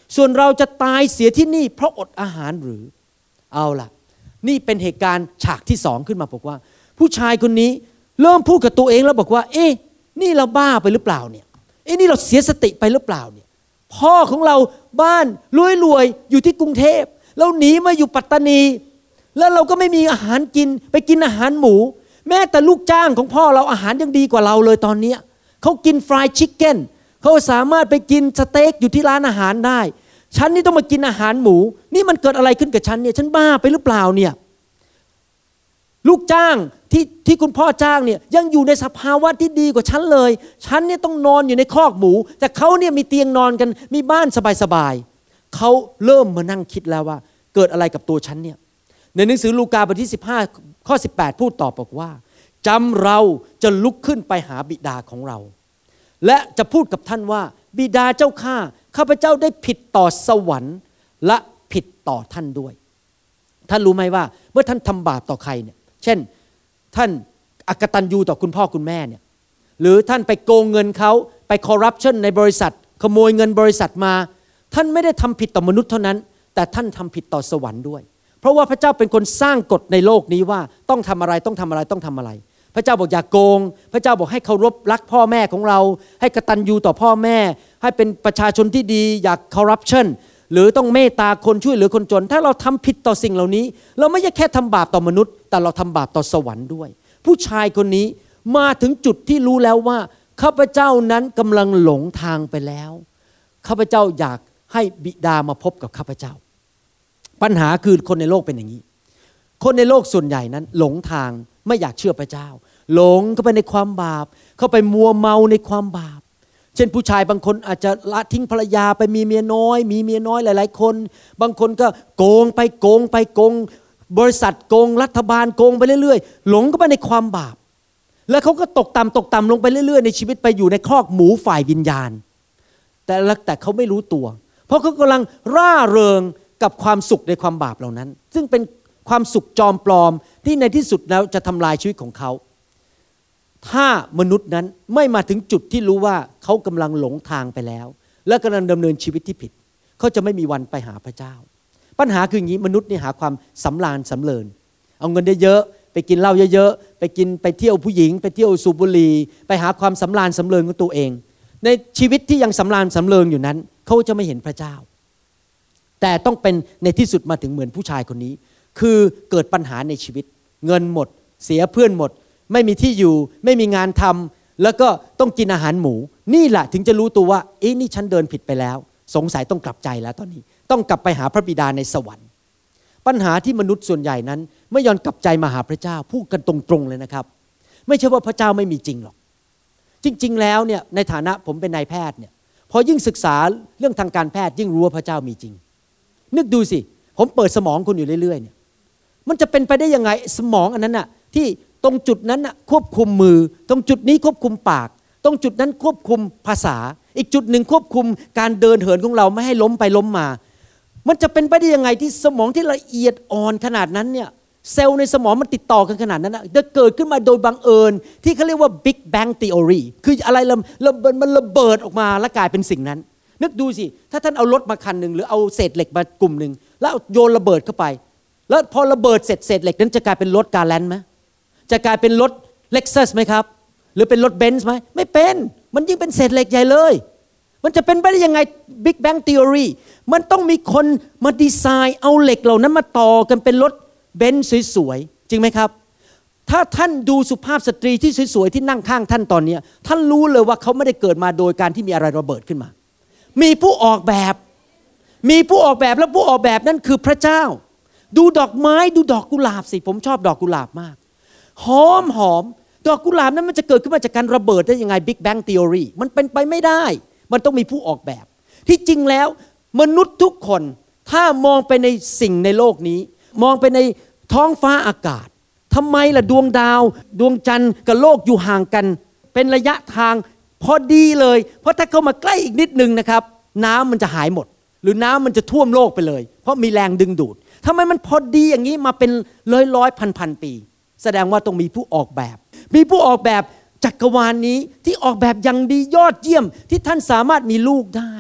ส่วนเราจะตายเสียที่นี่เพราะอดอาหารหรือเอาล่ะนี่เป็นเหตุการณ์ฉากที่สองขึ้นมาบอกว่าผู้ชายคนนี้เริ่มพูดกับตัวเองแล้วบอกว่าเอ๊ะนี่เราบ้าไปหรือเปล่าเนี่ยเอ๊ะนี่เราเสียสติไปหรือเปล่าเนี่ยพ่อของเราบ้านรวยๆอยู่ที่กรุงเทพเราหนีมาอยู่ปัตตานีแล้วเราก็ไม่มีอาหารกินไปกินอาหารหมูแม้แต่ลูกจ้างของพ่อเราอาหารยังดีกว่าเราเลยตอนนี้เขากินฟรายชิคเก้นเขาสามารถไปกินสเต็กอยู่ที่ร้านอาหารได้ฉันนี่ต้องมากินอาหารหมูนี่มันเกิดอะไรขึ้นกับฉันเนี่ยฉันบ้าไปหรือเปล่าเนี่ยลูกจ้างที่คุณพ่อจ้างเนี่ยยังอยู่ในสภาวะที่ดีกว่าฉันเลยฉันเนี่ยต้องนอนอยู่ในคอกหมูแต่เขาเนี่ยมีเตียงนอนกันมีบ้านสบายๆเขาเริ่มมานั่งคิดแล้วว่าเกิดอะไรกับตัวฉันเนี่ยในหนังสือลูกาบทที่15ข้อ18พูดต่อบอกว่าจำเราจะลุกขึ้นไปหาบิดาของเราและจะพูดกับท่านว่าบิดาเจ้าข้าพเจ้าได้ผิดต่อสวรรค์และผิดต่อท่านด้วยท่านรู้ไหมว่าเมื่อท่านทำบาปต่อใครเนี่ยเช่นท่านอกตัญญูต่อคุณพ่อคุณแม่เนี่ยหรือท่านไปโกงเงินเขาไปคอร์รัปชันในบริษัทขโมยเงินบริษัทมาท่านไม่ได้ทำผิดต่อมนุษย์เท่านั้นแต่ท่านทำผิดต่อสวรรค์ด้วยเพราะว่าพระเจ้าเป็นคนสร้างกฎในโลกนี้ว่าต้องทำอะไรต้องทำอะไรต้องทำอะไรพระเจ้าบอกอย่าโกงพระเจ้าบอกให้เคารพรักพ่อแม่ของเราให้กตัญญูต่อพ่อแม่ให้เป็นประชาชนที่ดีอย่าคอร์รัปชันหรือต้องเมตตาคนช่วยเหลือคนจนถ้าเราทำผิดต่อสิ่งเหล่านี้เราไม่ใช่แค่ทำบาปต่อมนุษย์แต่เราทำบาปต่อสวรรค์ด้วยผู้ชายคนนี้มาถึงจุดที่รู้แล้วว่าข้าพเจ้านั้นกำลังหลงทางไปแล้วข้าพเจ้าอยากให้บิดามาพบกับข้าพเจ้าปัญหาคือคนในโลกเป็นอย่างนี้คนในโลกส่วนใหญ่นั้นหลงทางไม่อยากเชื่อพระเจ้าหลงเข้าไปในความบาปเข้าไปมัวเมาในความบาปเช่นผู้ชายบางคนอาจจะละทิ้งภรรยาไปมีเมียน้อยหลายๆคนบางคนก็โกงไปโกงบริษัทโกงรัฐบาลโกงไปเรื่อยๆหลงเข้าไปในความบาปแล้วเขาก็ตกต่ำลงไปเรื่อยๆในชีวิตไปอยู่ในคอกหมูฝ่ายวิญญาณแต่เขาไม่รู้ตัวเพราะเขากำลังร่าเริงกับความสุขในความบาปเหล่านั้นซึ่งเป็นความสุขจอมปลอมที่ในที่สุดแล้วจะทำลายชีวิตของเขาถ้ามนุษย์นั้นไม่มาถึงจุดที่รู้ว่าเขากำลังหลงทางไปแล้วและกำลังดำเนินชีวิตที่ผิดเขาจะไม่มีวันไปหาพระเจ้าปัญหาคืออย่างนี้มนุษย์นี่หาความสำราญสำเริญเอาเงินได้เยอะไปกินเหล้าเยอะๆไปเที่ยวผู้หญิงไปเที่ยวสูบบุหรี่ไปหาความสำราญสำเริญของตัวเองในชีวิตที่ยังสำราญสำเริงอยู่นั้นเขาจะไม่เห็นพระเจ้าแต่ต้องเป็นในที่สุดมาถึงเหมือนผู้ชายคนนี้คือเกิดปัญหาในชีวิตเงินหมดเสียเพื่อนหมดไม่มีที่อยู่ไม่มีงานทำแล้วก็ต้องกินอาหารหมูนี่แหละถึงจะรู้ตัวว่านี่ฉันเดินผิดไปแล้วสงสัยต้องกลับใจแล้วตอนนี้ต้องกลับไปหาพระบิดาในสวรรค์ปัญหาที่มนุษย์ส่วนใหญ่นั้นไม่ยอมกลับใจมาหาพระเจ้าพูดกันตรงๆเลยนะครับไม่ใช่ว่าพระเจ้าไม่มีจริงหรอกจริงๆแล้วเนี่ยในฐานะผมเป็นนายแพทย์เนี่ยพอยิ่งศึกษาเรื่องทางการแพทย์ยิ่งรู้ว่าพระเจ้ามีจริงนึกดูสิผมเปิดสมองคุณอยู่เรื่อยๆเนี่ยมันจะเป็นไปได้ยังไงสมองอันนั้นน่ะที่ตรงจุดนั้นน่ะควบคุมมือตรงจุดนี้ควบคุมปากตรงจุดนั้นควบคุมภาษาอีกจุดหนึ่งควบคุมการเดินเหินของเราไม่ให้ล้มไปล้มมามันจะเป็นไปได้ยังไงที่สมองที่ละเอียดอ่อนขนาดนั้นเนี่ยเซลล์ในสมองมันติดต่อกันขนาดนั้นนะจะเกิดขึ้นมาโดยบังเอิญที่เขาเรียกว่า Big Bang Theory คืออะไรมันระเบิดออกมาแล้วกลายเป็นสิ่งนั้นนึกดูสิถ้าท่านเอารถมาคันนึงหรือเอาเศษเหล็กมากลุ่มนึงแล้วโยนระเบิดเข้าไปแล้วพอระเบิดเสร็จเศษเหล็กนั้นจะกลายเป็นรถกาแลนไหมจะกลายเป็นรถ Lexus ไหมครับหรือเป็นรถเบนซ์ไหมไม่เป็นมันยิ่งเป็นเศษเหล็กใหญ่เลยมันจะเป็นไปได้ยังไง Big Bang Theory มันต้องมีคนมาดีไซน์เอาเหล็กเหล่านั้นมาต่อกันเป็นรถเบนซ์สวยๆจริงไหมครับถ้าท่านดูสุภาพสตรีที่สวยๆที่นั่งข้างท่านตอนนี้ท่านรู้เลยว่าเขาไม่ได้เกิดมาโดยการที่มีอะไรระเบิดขึ้นมามีผู้ออกแบบและผู้ออกแบบนั้นคือพระเจ้าดูดอกไม้ดูดอกกุหลาบสิผมชอบดอกกุหลาบมากหอมดอกกุหลาบนั้นมันจะเกิดขึ้นมาจากการระเบิดได้ยังไง Big Bang Theory มันเป็นไปไม่ได้มันต้องมีผู้ออกแบบที่จริงแล้วมนุษย์ทุกคนถ้ามองไปในสิ่งในโลกนี้มองไปในท้องฟ้าอากาศทำไมล่ะดวงดาวดวงจันทร์กับโลกอยู่ห่างกันเป็นระยะทางพอดีเลยเพราะถ้าเข้ามาใกล้อีกนิดนึงนะครับน้ำมันจะหายหมดหรือน้ำมันจะท่วมโลกไปเลยเพราะมีแรงดึงดูดทำไมมันพอดีอย่างนี้มาเป็นร้อยพันปีแสดงว่าต้องมีผู้ออกแบบจักรวาลนี้ที่ออกแบบอย่างดียอดเยี่ยมที่ท่านสามารถมีลูกได้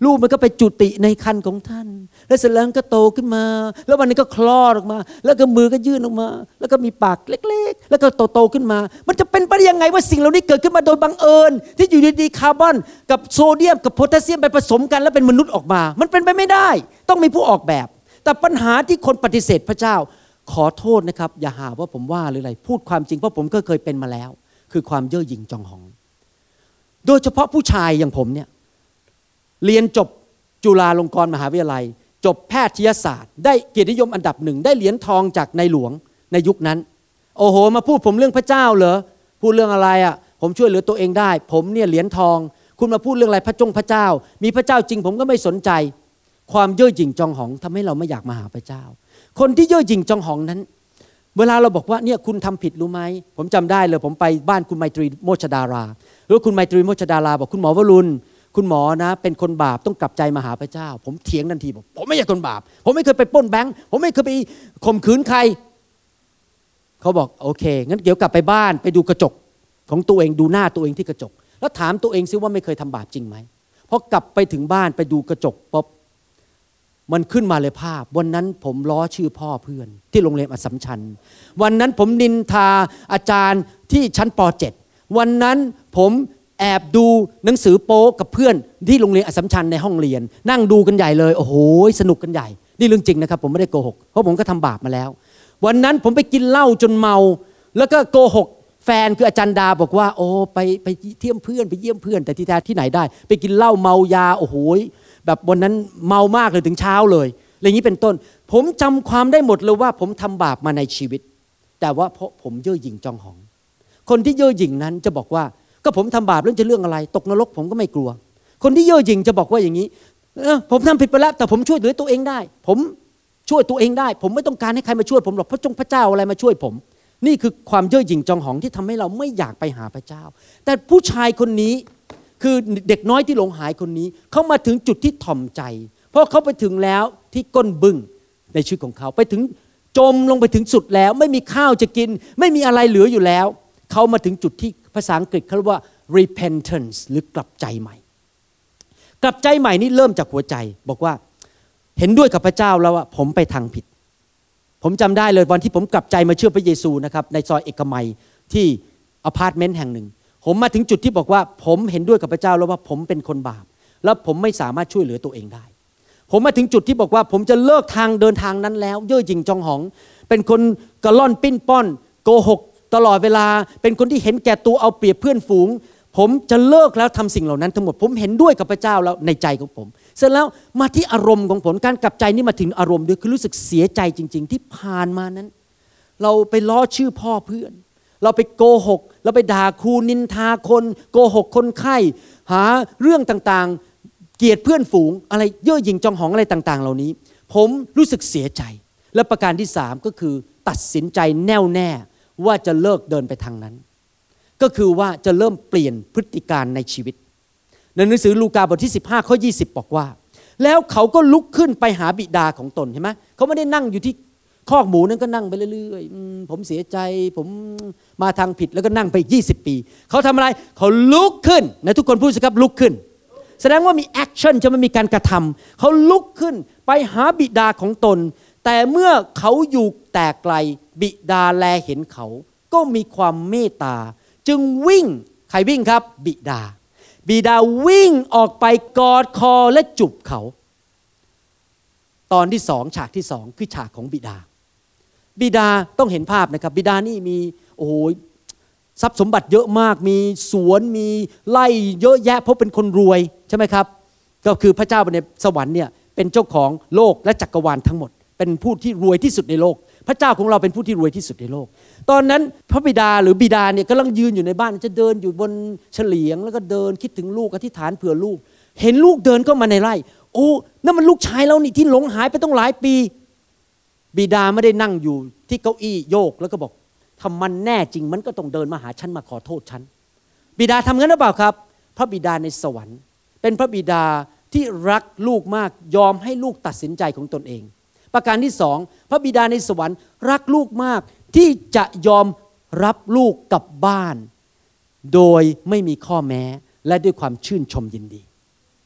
ลูกมันก็ไปจุติในครรภ์ของท่านแล้วเสร็จแล้วก็โตขึ้นมาแล้ววันนี้ก็คลอดออกมาแล้วก็มือก็ยื่นออกมาแล้วก็มีปากเล็กๆแล้วก็โตขึ้นมามันจะเป็นไปได้ยังไงว่าสิ่งเหล่านี้เกิดขึ้นมาโดยบังเอิญที่อยู่ดีๆคาร์บอนกับโซเดียมกับโพแทสเซียมไปผสมกันแล้วเป็นมนุษย์ออกมามันเป็นไปไม่ได้ต้องมีผู้ออกแบบแต่ปัญหาที่คนปฏิเสธพระเจ้าขอโทษนะครับอย่าหาว่าผมว่าหรืออะไรพูดความจริงเพราะผมก็เคยเป็นมาแล้วคือความเย่อหยิ่งจองหองโดยเฉพาะผู้ชายอย่างผมเนี่ยเรียนจบจุฬาลงกรณ์มหาวิทยาลัยจบแพทยศาสตร์ได้เกียรตินิยมอันดับ1ได้เหรียญทองจากในหลวงในยุคนั้นโอ้โหมาพูดผมเรื่องพระเจ้าเหรอพูดเรื่องอะไรอ่ะผมช่วยเหลือตัวเองได้ผมเนี่ยเหรียญทองคุณมาพูดเรื่องอะไรพระเจ้ามีพระเจ้าจริงผมก็ไม่สนใจความเย่อหยิ่งจองหองทำให้เราไม่อยากมาหาพระเจ้าคนที่เย่อหยิ่งจองหองนั้นเวลาเราบอกว่าเนี่ยคุณทำผิดรู้ไหมผมจำได้เลยผมไปบ้านคุณไมตรีโมชดาราแล้วคุณไมตรีโมชดาราบอกคุณหมอวรุณคุณหมอนะเป็นคนบาปต้องกลับใจมาหาพระเจ้าผมเถียงทันทีบอกผมไม่ใช่คนบาปผมไม่เคยไปปล้นแบงค์ผมไม่เคยไปข่มขืนใครเขาบอกโอเคงั้นเดี๋ยวกลับไปบ้านไปดูกระจกของตัวเองดูหน้าตัวเองที่กระจกแล้วถามตัวเองซิว่าไม่เคยทำบาปจริงไหมพอกลับไปถึงบ้านไปดูกระจกปุ๊บมันขึ้นมาเลยภาพวันนั้นผมล้อชื่อพ่อเพื่อนที่โรงเรียนอัสสัมชัญวันนั้นผมนินทาอาจารย์ที่ชั้นป .7 วันนั้นผมแอบดูหนังสือโป๊กับเพื่อนที่โรงเรียนอัสสัมชัญในห้องเรียนนั่งดูกันใหญ่เลยโอ้โหสนุกกันใหญ่นี่เรื่องจริงนะครับผมไม่ได้โกหกเพราะผมก็ทำบาปมาแล้ววันนั้นผมไปกินเหล้าจนเมาแล้วก็โกหกแฟนคืออาจารย์ดาบอกว่าโอ้ไปเที่ยวเพื่อนไปเยี่ยมเพื่อนแต่ที่แท้ที่ไหนได้ไปกินเหล้าเมายาโอ้โหแบบวันนั้นเมามากเลยถึงเช้าเลยอะไรอย่างนี้เป็นต้นผมจำความได้หมดเลยว่าผมทำบาปมาในชีวิตแต่ว่าเพราะผมเย่อหยิ่งจองหองคนที่เย่อหยิ่งนั้นจะบอกว่าก็ผมทำบาปเรื่องจะเรื่องอะไรตกนรกผมก็ไม่กลัวคนที่เย่อหยิ่งจะบอกว่าอย่างนี้ผมทำผิดไปแล้วแต่ผมช่วยเหลือตัวเองได้ผมช่วยตัวเองได้ผมไม่ต้องการให้ใครมาช่วยผมหรอกพระเจ้าอะไรมาช่วยผมนี่คือความเย่อหยิ่งจองหองที่ทำให้เราไม่อยากไปหาพระเจ้าแต่ผู้ชายคนนี้คือเด็กน้อยที่หลงหายคนนี้เขามาถึงจุดที่ถ่อมใจเพราะเขาไปถึงแล้วที่ก้นบึ้งในชีวิตของเขาไปถึงจมลงไปถึงสุดแล้วไม่มีข้าวจะกินไม่มีอะไรเหลืออยู่แล้วเขามาถึงจุดที่ภาษาอังกฤษเขาเรียกว่า repentance หรือกลับใจใหม่กลับใจใหม่นี่เริ่มจากหัวใจบอกว่าเห็นด้วยกับพระเจ้าแล้วว่าผมไปทางผิดผมจำได้เลยวันที่ผมกลับใจมาเชื่อพระเยซูนะครับในซอยเอกมัยที่อพาร์ตเมนต์แห่งหนึ่งผมมาถึงจุดที่บอกว่าผมเห็นด้วยกับพระเจ้าแล้วว่าผมเป็นคนบาปแล้วผมไม่สามารถช่วยเหลือตัวเองได้ผมมาถึงจุดที่บอกว่าผมจะเลิกทางเดินทางนั้นแล้วเย่อหยิ่งจองหองเป็นคนกระล่อนปิ้นป้อนโกหกตลอดเวลาเป็นคนที่เห็นแก่ตัวเอาเปรียบเพื่อนฝูงผมจะเลิกแล้วทำสิ่งเหล่านั้นทั้งหมดผมเห็นด้วยกับพระเจ้าแล้วในใจของผมเสร็จแล้วมาที่อารมณ์ของผมการกลับใจนี่มาถึงอารมณ์ด้วยคือรู้สึกเสียใจจริงๆที่ผ่านมานั้นเราไปล้อชื่อพ่อเพื่อนเราไปโกหกเราไปด่าครูนินทาคนโกหกคนไข้หาเรื่องต่างๆเกลียดเพื่อนฝูงอะไรเย่อหยิ่งจองหองอะไรต่างๆเหล่านี้ผมรู้สึกเสียใจและประการที่3ก็คือตัดสินใจแน่วแน่ว่าจะเลิกเดินไปทางนั้นก็คือว่าจะเริ่มเปลี่ยนพฤติการในชีวิตในหนังสือลูกาบทที่15ข้อ20บอกว่าแล้วเขาก็ลุกขึ้นไปหาบิดาของตนเห็นไหมเขาไม่ได้นั่งอยู่ที่คอกหมูนั้นก็นั่งไปเรื่อยๆผมเสียใจผมมาทางผิดแล้วก็นั่งไปอีก20 ปีเขาทำอะไรเขาลุกขึ้นนะทุกคนพูดสิครับลุกขึ้นแสดงว่ามีแอคชั่นจะไม่มีการกระทำเขาลุกขึ้นไปหาบิดาของตนแต่เมื่อเขาอยู่แต่ไกลบิดาแลเห็นเขาก็มีความเมตตาจึงวิ่งใครวิ่งครับบิดาวิ่งออกไปกอดคอและจูบเขาตอนที่2ฉากที่2คือฉากของบิดาต้องเห็นภาพนะครับบิดานี่มีโอ้โหทรัพย์สมบัติเยอะมากมีสวนมีไร่เยอะแยะเพราะเป็นคนรวยใช่ไหมครับก็คือพระเจ้าในสวรรค์เนี่ยเป็นเจ้าของโลกและจักรวาลทั้งหมดเป็นผู้ที่รวยที่สุดในโลกพระเจ้าของเราเป็นผู้ที่รวยที่สุดในโลกตอนนั้นพระบิดาหรือบิดาเนี่ยกำลังยืนอยู่ในบ้านจะเดินอยู่บนเฉลียงแล้วก็เดินคิดถึงลูกอธิษฐานเผื่อลูกเห็นลูกเดินเข้ามาในไร่โอ้นั่นมันลูกชายเรานี่ที่หลงหายไปต้องหลายปีบิดาไม่ได้นั่งอยู่ที่เก้าอี้โยกแล้วก็บอกถ้ามันแน่จริงมันก็ต้องเดินมาหาฉันมาขอโทษฉันบิดาทำงั้นหรือเปล่าครับพระบิดาในสวรรค์เป็นพระบิดาที่รักลูกมากยอมให้ลูกตัดสินใจของตนเองประการที่2พระบิดาในสวรรค์รักลูกมากที่จะยอมรับลูกกลับบ้านโดยไม่มีข้อแม้และด้วยความชื่นชมยินดี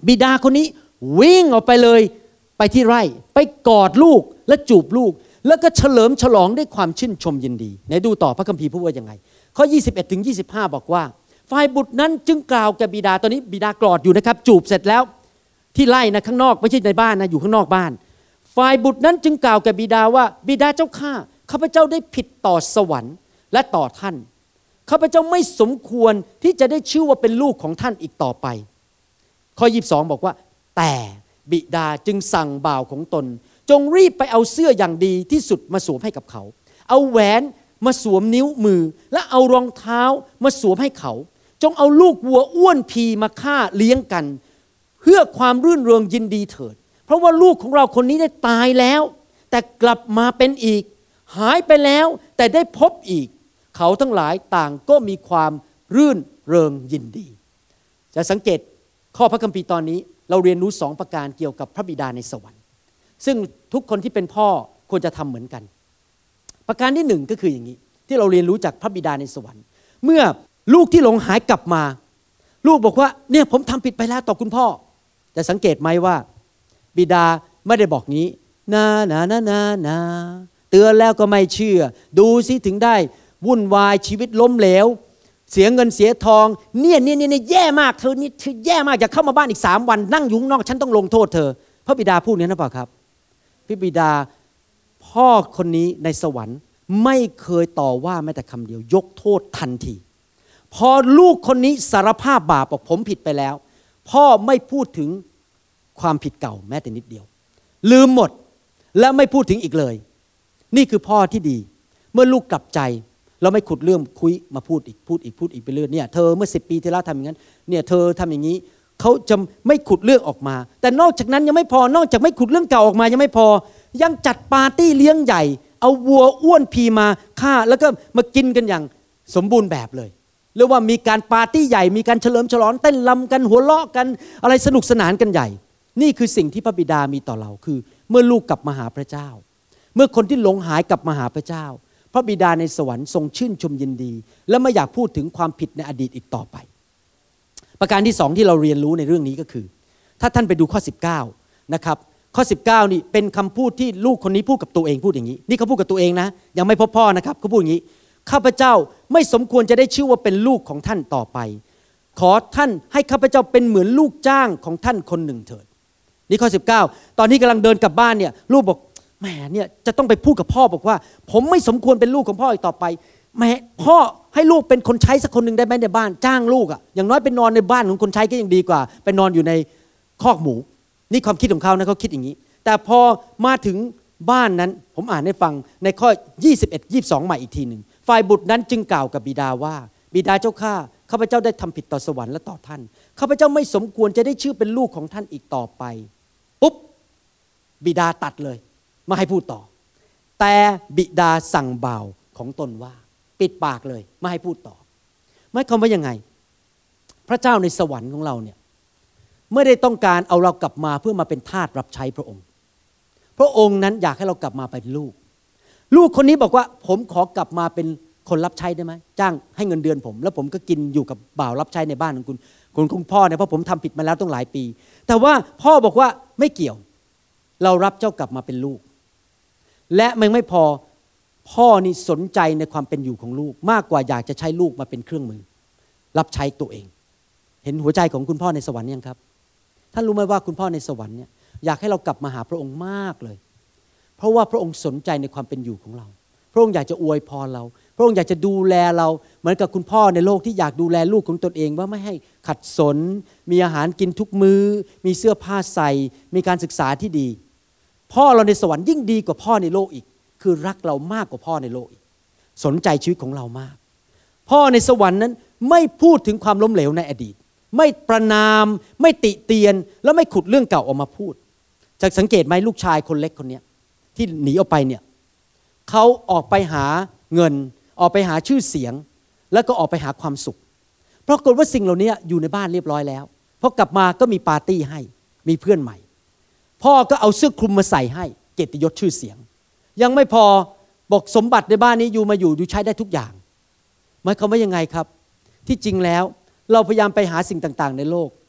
บิดาคนนี้วิ่งออกไปเลยไปที่ไร่ไปกอดลูกและจูบลูกแล้วก็เฉลิมฉลองด้วยความชื่นชมยินดีไหนดูต่อพระคัมภีร์พูดว่ายังไงข้อ21ถึง25บอกว่าฝ่ายบุตรนั้นจึงกล่าวแก่บิดาตอนนี้บิดากอดอยู่นะครับจูบเสร็จแล้วที่ไร่นะข้างนอกไม่ใช่ในบ้านนะอยู่ข้างนอกบ้านฝ่ายบุตรนั้นจึงกล่าวแก่บิดาว่าบิดาเจ้าข้าพเจ้าได้ผิดต่อสวรรค์และต่อท่านข้าพเจ้าไม่สมควรที่จะได้ชื่อว่าเป็นลูกของท่านอีกต่อไปข้อ22บอกว่าแต่บิดาจึงสั่งบ่าวของตนจงรีบไปเอาเสื้ออย่างดีที่สุดมาสวมให้กับเขาเอาแหวนมาสวมนิ้วมือและเอารองเท้ามาสวมให้เขาจงเอาลูกวัวอ้วนพีมาฆ่าเลี้ยงกันเพื่อความรื่นเริงยินดีเถิดเพราะว่าลูกของเราคนนี้ได้ตายแล้วแต่กลับมาเป็นอีกหายไปแล้วแต่ได้พบอีกเขาทั้งหลายต่างก็มีความรื่นเริงยินดีจะสังเกตข้อพระคัมภีร์ตอนนี้เราเรียนรู้2ประการเกี่ยวกับพระบิดาในสวรรค์ซึ่งทุกคนที่เป็นพ่อควรจะทำเหมือนกันประการที่1ก็คืออย่างนี้ที่เราเรียนรู้จากพระบิดาในสวรรค์เมื่อลูกที่หลงหายกลับมาลูกบอกว่าเนี่ยผมทำผิดไปแล้วต่อคุณพ่อแต่สังเกตไหมว่าบิดาไม่ได้บอกงี้นาเตือนแล้วก็ไม่เชื่อดูสิถึงได้วุ่นวายชีวิตล้มเหลวเสียเงินเสียทองเนี่ยแย่มากเธอแย่มากอย่าเข้ามาบ้านอีก3วันนั่งอยู่ข้างนอกฉันต้องลงโทษเธอพระบิดาพูดนี้นะเปล่าครับพระบิดาพ่อคนนี้ในสวรรค์ไม่เคยต่อว่าแม้แต่คำเดียวยกโทษทันทีพอลูกคนนี้สารภาพบาปบอกผมผิดไปแล้วพ่อไม่พูดถึงความผิดเก่าแม้แต่นิดเดียวลืมหมดและไม่พูดถึงอีกเลยนี่คือพ่อที่ดีเมื่อลูกกลับใจเราไม่ขุดเรื่องคุยมาพูดอีกไปเรื่อยเนี่ยเธอเมื่อ10 ปีที่แล้วทำอย่างนั้นเนี่ยเธอทำอย่างนี้เขาจะไม่ขุดเรื่องออกมาแต่นอกจากนั้นยังไม่พอนอกจากไม่ขุดเรื่องเก่าออกมายังไม่พอยังจัดปาร์ตี้เลี้ยงใหญ่เอาวัวอ้วนพีมาฆ่าแล้วก็มากินกันอย่างสมบูรณ์แบบเลยเรียกว่ามีการปาร์ตี้ใหญ่มีการเฉลิมฉลองเต้นรำกันหัวเราะกันอะไรสนุกสนานกันใหญ่นี่คือสิ่งที่พระบิดามีต่อเราคือเมื่อลูกกลับมาหาพระเจ้าเมื่อคนที่หลงหายกลับมาหาพระเจ้าพระบิดาในสวรรค์ทรงชื่นชมยินดีและไม่อยากพูดถึงความผิดในอดีตอีกต่อไปประการที่2ที่เราเรียนรู้ในเรื่องนี้ก็คือถ้าท่านไปดูข้อ19นะครับข้อ19นี่เป็นคำพูดที่ลูกคนนี้พูดกับตัวเองพูดอย่างนี้นี่เขาพูดกับตัวเองนะยังไม่พบพ่อนะครับเขาพูดอย่างนี้ข้าพเจ้าไม่สมควรจะได้ชื่อว่าเป็นลูกของท่านต่อไปขอท่านให้ข้าพเจ้าเป็นเหมือนลูกจ้างของท่านคนหนึ่งเถิดนี่ข้อ19ตอนที่กำลังเดินกลับบ้านเนี่ยลูกบอกแหมเนี่ยจะต้องไปพูดกับพ่อบอกว่าผมไม่สมควรเป็นลูกของพ่ออีกต่อไปแหมพ่อให้ลูกเป็นคนใช้สักคนหนึ่งได้ไหมในบ้านจ้างลูกอ่ะอย่างน้อยไปนอนในบ้านของคนใช้ก็ยังดีกว่าไปนอนอยู่ในคอกหมูนี่ความคิดของเขานะเขาคิดอย่างนี้แต่พอมาถึงบ้านนั้นผมอ่านให้ฟังในข้อ21-22ใหม่อีกทีหนึ่งฝ่ายบุตรนั้นจึงกล่าวกับบิดาว่าบิดาเจ้าข้าพเจ้าได้ทำผิดต่อสวรรค์และต่อท่านข้าพเจ้าไม่สมควรจะได้ชื่อเป็นลูกของท่านอีกต่อไปปุ๊บบิดาตัดเลยไม่ให้พูดต่อแต่บิดาสั่งบ่าวของตนว่าปิดปากเลยไม่ให้พูดต่อหมายความว่ายังไงพระเจ้าในสวรรค์ของเราเนี่ยไม่ได้ต้องการเอาเรากลับมาเพื่อมาเป็นทาสรับใช้พระองค์พระองค์นั้นอยากให้เรากลับมาเป็นลูกคนนี้บอกว่าผมขอกลับมาเป็นคนรับใช้ได้ไหมจ้างให้เงินเดือนผมแล้วผมก็กินอยู่กับบ่าวรับใช้ในบ้านของคุณพ่อเนี่ยเพราะผมทำผิดมาแล้วตั้งหลายปีแต่ว่าพ่อบอกว่าไม่เกี่ยวเรารับเจ้ากลับมาเป็นลูกและมันไม่พอพ่อนี่สนใจในความเป็นอยู่ของลูกมากกว่าอยากจะใช้ลูกมาเป็นเครื่องมือรับใช้ตัวเองเห็นหัวใจของคุณพ่อในสวรรค์ยังครับท่านรู้ไหมว่าคุณพ่อในสวรรค์เนี่ยอยากให้เรากลับมาหาพระองค์มากเลยเพราะว่าพระองค์สนใจในความเป็นอยู่ของเราพระองค์อยากจะอวยพรเราพระองค์อยากจะดูแลเราเหมือนกับคุณพ่อในโลกที่อยากดูแลลูกของตนเองว่าไม่ให้ขัดสนมีอาหารกินทุกมื้อมีเสื้อผ้าใส่มีการศึกษาที่ดีพ่อเราในสวรรค์ยิ่งดีกว่าพ่อในโลกอีกคือรักเรามากกว่าพ่อในโลกอีกสนใจชีวิตของเรามากพ่อในสวรรค์นั้นไม่พูดถึงความล้มเหลวในอดีตไม่ประนามไม่ติเตียนแล้วไม่ขุดเรื่องเก่าออกมาพูดจะสังเกตไหมลูกชายคนเล็กคนนี้ที่หนีออกไปเนี่ยเขาออกไปหาเงินออกไปหาชื่อเสียงแล้วก็ออกไปหาความสุขปรากฏว่าสิ่งเหล่านี้อยู่ในบ้านเรียบร้อยแล้วพอกลับมาก็มีปาร์ตี้ให้มีเพื่อนใหม่พ่อก็เอาเสื้อคลุมมาใส่ให้เกียรติยศชื่อเสียงยังไม่พอบอกสมบัติในบ้านนี้อยู่ใช้ได้ทุกอย่างหมายความว่ายังไงครับที่จริงแล้วเราพยายามไปหาสิ่งต่างๆในโลก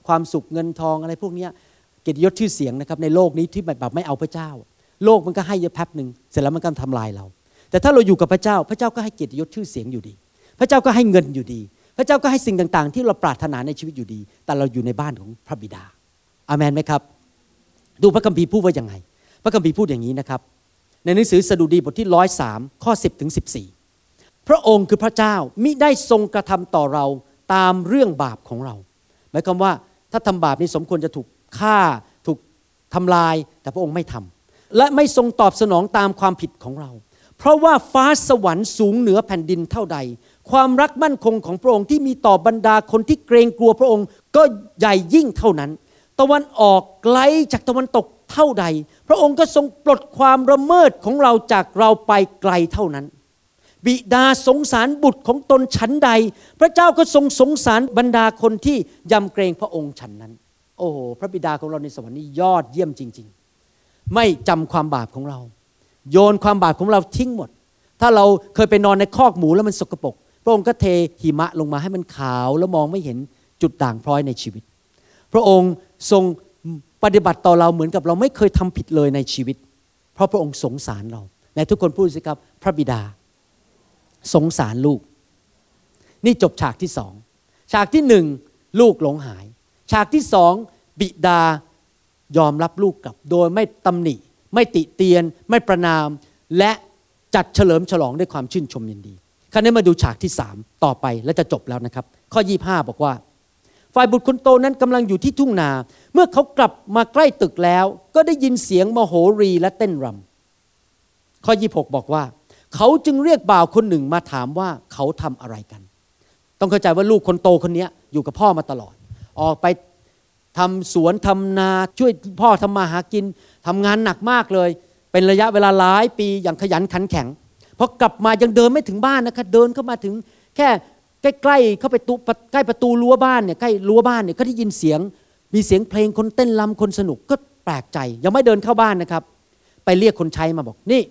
ความสุขเงินทองอะไรพวกนี้เกียรติยศชื่อเสียงนะครับในโลกนี้ที่แบบไม่เอาพระเจ้าโลกมันก็ให้เยอะแป๊บนึงเสร็จแล้วมันก็ทำลายเราแต่ถ้าเราอยู่กับพระเจ้าพระเจ้าก็ให้เกียรติยศชื่อเสียงอยู่ดีพระเจ้าก็ให้เงินอยู่ดีพระเจ้าก็ให้สิ่งต่างๆที่เราปรารถนาในชีวิตอยู่ดีแต่เราอยู่ในบ้านของพระบิดาอาเมนไหมครับดูพระคัมภีร์พูดว่ายังไงพระคัมภีร์พูดอย่างนี้นะครับในหนังสือสดุดีบทที่103ข้อ10ถึง14พระองค์คือพระเจ้ามิได้ทรงกระทำต่อเราตามเรื่องบาปของเราหมายความว่าถ้าทำบาปนี้สมควรจะถูกฆ่าถูกทำลายแต่พระองค์ไม่ทำและไม่ทรงตอบสนองตามความผิดของเราเพราะว่าฟ้าสวรรค์สูงเหนือแผ่นดินเท่าใดความรักมั่นคงของพระองค์ที่มีต่อบรรดาคนที่เกรงกลัวพระองค์ก็ใหญ่ยิ่งเท่านั้นตะวันออกไกลจากตะวันตกเท่าใดพระองค์ก็ทรงปลดความละเมิดของเราจากเราไปไกลเท่านั้นบิดาสงสารบุตรของตนฉันใดพระเจ้าก็ทรงสงสารบรรดาคนที่ยำเกรงพระองค์ฉันนั้นโอ้โหพระบิดาของเราในสวรรค์นี่ยอดเยี่ยมจริงๆไม่จำความบาปของเราโยนความบาปของเราทิ้งหมดถ้าเราเคยไปนอนในคอกหมูแล้วมันสกปรกพระองค์ก็เทหิมะลงมาให้มันขาวแล้วมองไม่เห็นจุดด่างพร้อยในชีวิตพระองค์ทรงปฏิบัติต่อเราเหมือนกับเราไม่เคยทำผิดเลยในชีวิตเพราะพระองค์สงสารเราและทุกคนพูดสิครับพระบิดาสงสารลูกนี่จบฉากที่สองฉากที่หนึ่งลูกหลงหายฉากที่สองบิดายอมรับลูกกลับโดยไม่ตำหนิไม่ติเตียนไม่ประณามและจัดเฉลิมฉลองด้วยความชื่นชมยินดีคราวนี้มาดูฉากที่3ต่อไปและจะจบแล้วนะครับข้อ25บอกว่าฝ่ายบุตรคนโตนั้นกำลังอยู่ที่ทุ่งนาเมื่อเขากลับมาใกล้ตึกแล้วก็ได้ยินเสียงมโหรีและเต้นรำข้อ26บอกว่าเขาจึงเรียกบ่าวคนหนึ่งมาถามว่าเขาทำอะไรกันต้องเข้าใจว่าลูกคนโตคนนี้อยู่กับพ่อมาตลอดออกไปทำสวนทำนาช่วยพ่อทำมาหากินทำงานหนักมากเลยเป็นระยะเวลาหลายปีอย่างขยันขันแข็งพอกลับมายังเดินไม่ถึงบ้านนะคะเดินเข้ามาถึงแค่ใกล้ๆเข้าไปใกล้ประตูรั้วบ้านเนี่ยใกล้รั้วบ้านเนี่ยก็ได้ยินเสียงมีเสียงเพลงคนเต้นรำคนสนุกก็แปลกใจยังไม่เดินเข้าบ้านนะครับไปเรียกคนใช้มาบอกนี่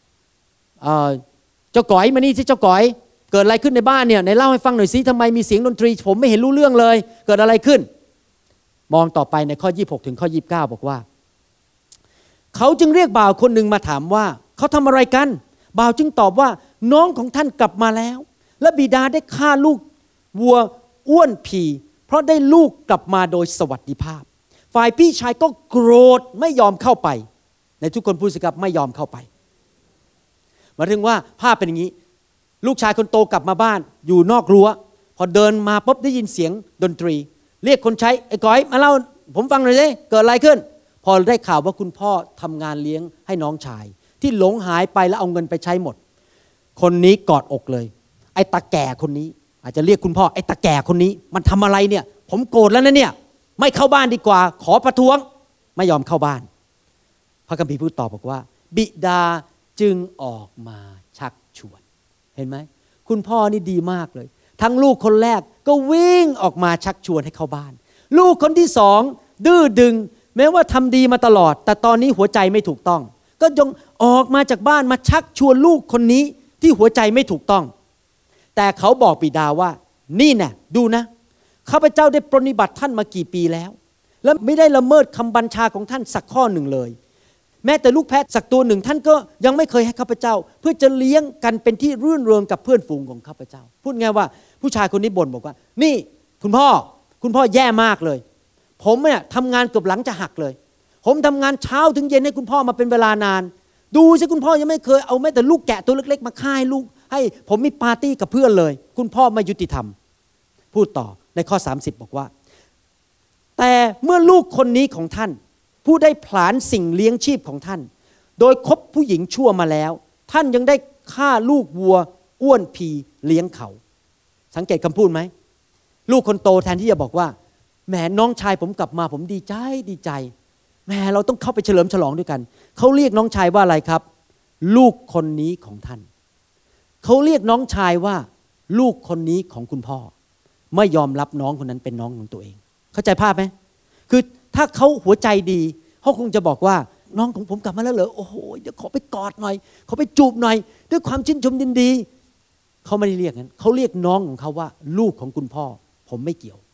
เจ้าก๋อยมานี่สิเจ้าก๋อยเกิดอะไรขึ้นในบ้านเนี่ยไหนเล่าให้ฟังหน่อยสิทำไมมีเสียงดนตรีผมไม่เห็นรู้เรื่องเลยเกิดอะไรขึ้นมองต่อไปในข้อ26ถึงข้อ29บอกว่าเขาจึงเรียกบ่าวคนหนึ่งมาถามว่าเขาทำอะไรกันบ่าวจึงตอบว่าน้องของท่านกลับมาแล้วและบิดาได้ฆ่าลูกวัวอ้วนผีเพราะได้ลูกกลับมาโดยสวัสดิภาพฝ่ายพี่ชายก็โกรธไม่ยอมเข้าไปในทุกคนพูดสิครับไม่ยอมเข้าไปหมายถึงว่าภาพเป็นอย่างนี้ลูกชายคนโตกลับมาบ้านอยู่นอกรั้วพอเดินมาปุ๊บได้ยินเสียงดนตรีเรียกคนใช้ไอ้ก้อยมาเล่าผมฟังหน่อยสิเกิดอะไรขึ้นพอได้ข่าวว่าคุณพ่อทำงานเลี้ยงให้น้องชายที่หลงหายไปแล้วเอาเงินไปใช้หมดคนนี้กอดอกเลยไอ้ตาแก่คนนี้อาจจะเรียกคุณพ่อไอ้ตาแก่คนนี้มันทำอะไรเนี่ยผมโกรธแล้วนะเนี่ยไม่เข้าบ้านดีกว่าขอประท้วงไม่ยอมเข้าบ้านพระคัมภีร์พูดตอบบอกว่าบิดาจึงออกมาชักชวนเห็นไหมคุณพ่อนี่ดีมากเลยทั้งลูกคนแรกก็วิ่งออกมาชักชวนให้เข้าบ้านลูกคนที่สองดื้อดึงแม้ว่าทำดีมาตลอดแต่ตอนนี้หัวใจไม่ถูกต้องก็ยงออกมาจากบ้านมาชักชวนลูกคนนี้ที่หัวใจไม่ถูกต้องแต่เขาบอกบิดาว่านี่แน่ดูนะข้าพเจ้าได้ปรนนิบัติท่านมากี่ปีแล้วและไม่ได้ละเมิดคำบัญชาของท่านสักข้อหนึ่งเลยแม้แต่ลูกแพะสักตัวหนึ่งท่านก็ยังไม่เคยให้ข้าพเจ้าเพื่อจะเลี้ยงกันเป็นที่รื่นเริงกับเพื่อนฝูงของข้าพเจ้าพูดง่ายว่าผู้ชายคนนี้บ่นบอกว่านี่คุณพ่อแย่มากเลยผมเนี่ยทำงานเกือบหลังจะหักเลยผมทำงานเช้าถึงเย็นให้คุณพ่อมาเป็นเวลานานดูสิคุณพ่อยังไม่เคยเอาแม้แต่ลูกแกะตัวเล็กๆมาฆ่าให้ลูกให้ผมมีปาร์ตี้กับเพื่อนเลยคุณพ่อไม่ยุติธรรมพูดต่อในข้อ30บอกว่าแต่เมื่อลูกคนนี้ของท่านผู้ได้ผลาญสิ่งเลี้ยงชีพของท่านโดยคบผู้หญิงชั่วมาแล้วท่านยังได้ฆ่าลูกวัวอ้วนพีเลี้ยงเขาสังเกตคำพูดไหมลูกคนโตแทนที่จะบอกว่าแหมน้องชายผมกลับมาผมดีใจแหมเราต้องเข้าไปเฉลิมฉลองด้วยกันเขาเรียกน้องชายว่าอะไรครับลูกคนนี้ของท่านเขาเรียกน้องชายว่าลูกคนนี้ของคุณพ่อไม่ยอมรับน้องคนนั้นเป็นน้องของตัวเองเข้าใจภาพไหมคือถ้าเขาหัวใจดีเขาคงจะบอกว่าน้องของผมกลับมาแล้วเหรอโอ้โหเดี๋ยวขอไปกอดหน่อยขอไปจูบหน่อยด้วยความชื่นชมยินดีเขาไม่ได้เรียกงั้นเขาเรียกน้องของเขาว่าลูกของคุณพ่อผมไม่เกี่ยว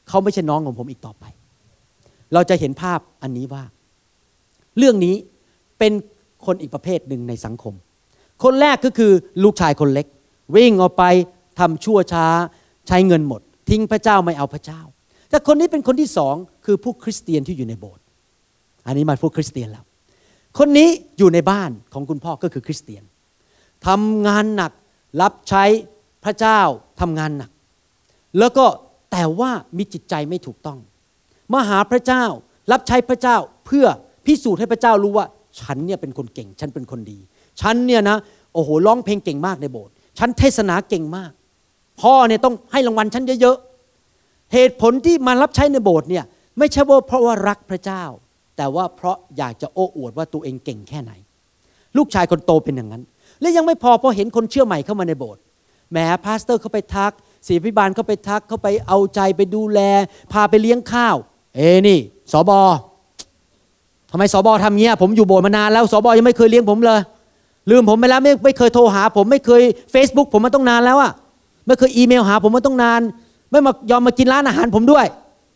เขาไม่ใช่น้องของผมอีกต่อไปเราจะเห็นภาพอันนี้ว่าเรื่องนี้เป็นคนอีกประเภทหนึ่งในสังคมคนแรกก็คือลูกชายคนเล็กวิ่งออกไปทำชั่วช้าใช้เงินหมดทิ้งพระเจ้าไม่เอาพระเจ้าแต่คนนี้เป็นคนที่สองคือผู้คริสเตียนที่อยู่ในโบสถ์อันนี้มาพวกคริสเตียนแล้วคนนี้อยู่ในบ้านของคุณพ่อก็คือคริสเตียนทำงานหนักรับใช้พระเจ้าทำงานหนักแล้วก็แต่ว่ามีจิตใจไม่ถูกต้องมาหาพระเจ้ารับใช้พระเจ้าเพื่อพิสูจน์ให้พระเจ้ารู้ว่าฉันเนี่ยเป็นคนเก่งฉันเป็นคนดีฉันเนี่ยนะโอ้โหร้องเพลงเก่งมากในโบสถ์ฉันเทศนาเก่งมากพ่อเนี่ยต้องให้รางวัลฉันเยอะๆเหตุผลที่มารับใช้ในโบสถ์เนี่ยไม่ใช่ว่าเพราะว่ารักพระเจ้าแต่ว่าเพราะอยากจะโอ้อวดว่าตัวเองเก่งแค่ไหนลูกชายคนโตเป็นอย่างนั้นและยังไม่พอเห็นคนเชื่อใหม่เข้ามาในโบสถ์แหมพาสเตอร์เขาไปทักศิษยาภิบาลเขาไปทักเขาไปเอาใจไปดูแลพาไปเลี้ยงข้าวนี่สบทำไมสบทำเงี้ยผมอยู่โบสถ์มานานแล้วสบยังไม่เคยเลี้ยงผมเลยลืมผมไปแล้วไม่เคยโทรหาผมไม่เคย Facebook ผมมาต้องนานแล้วอะไม่เคยอีเมลหาผมมาต้องนานไม่มายอมมากินร้านอาหารผมด้วย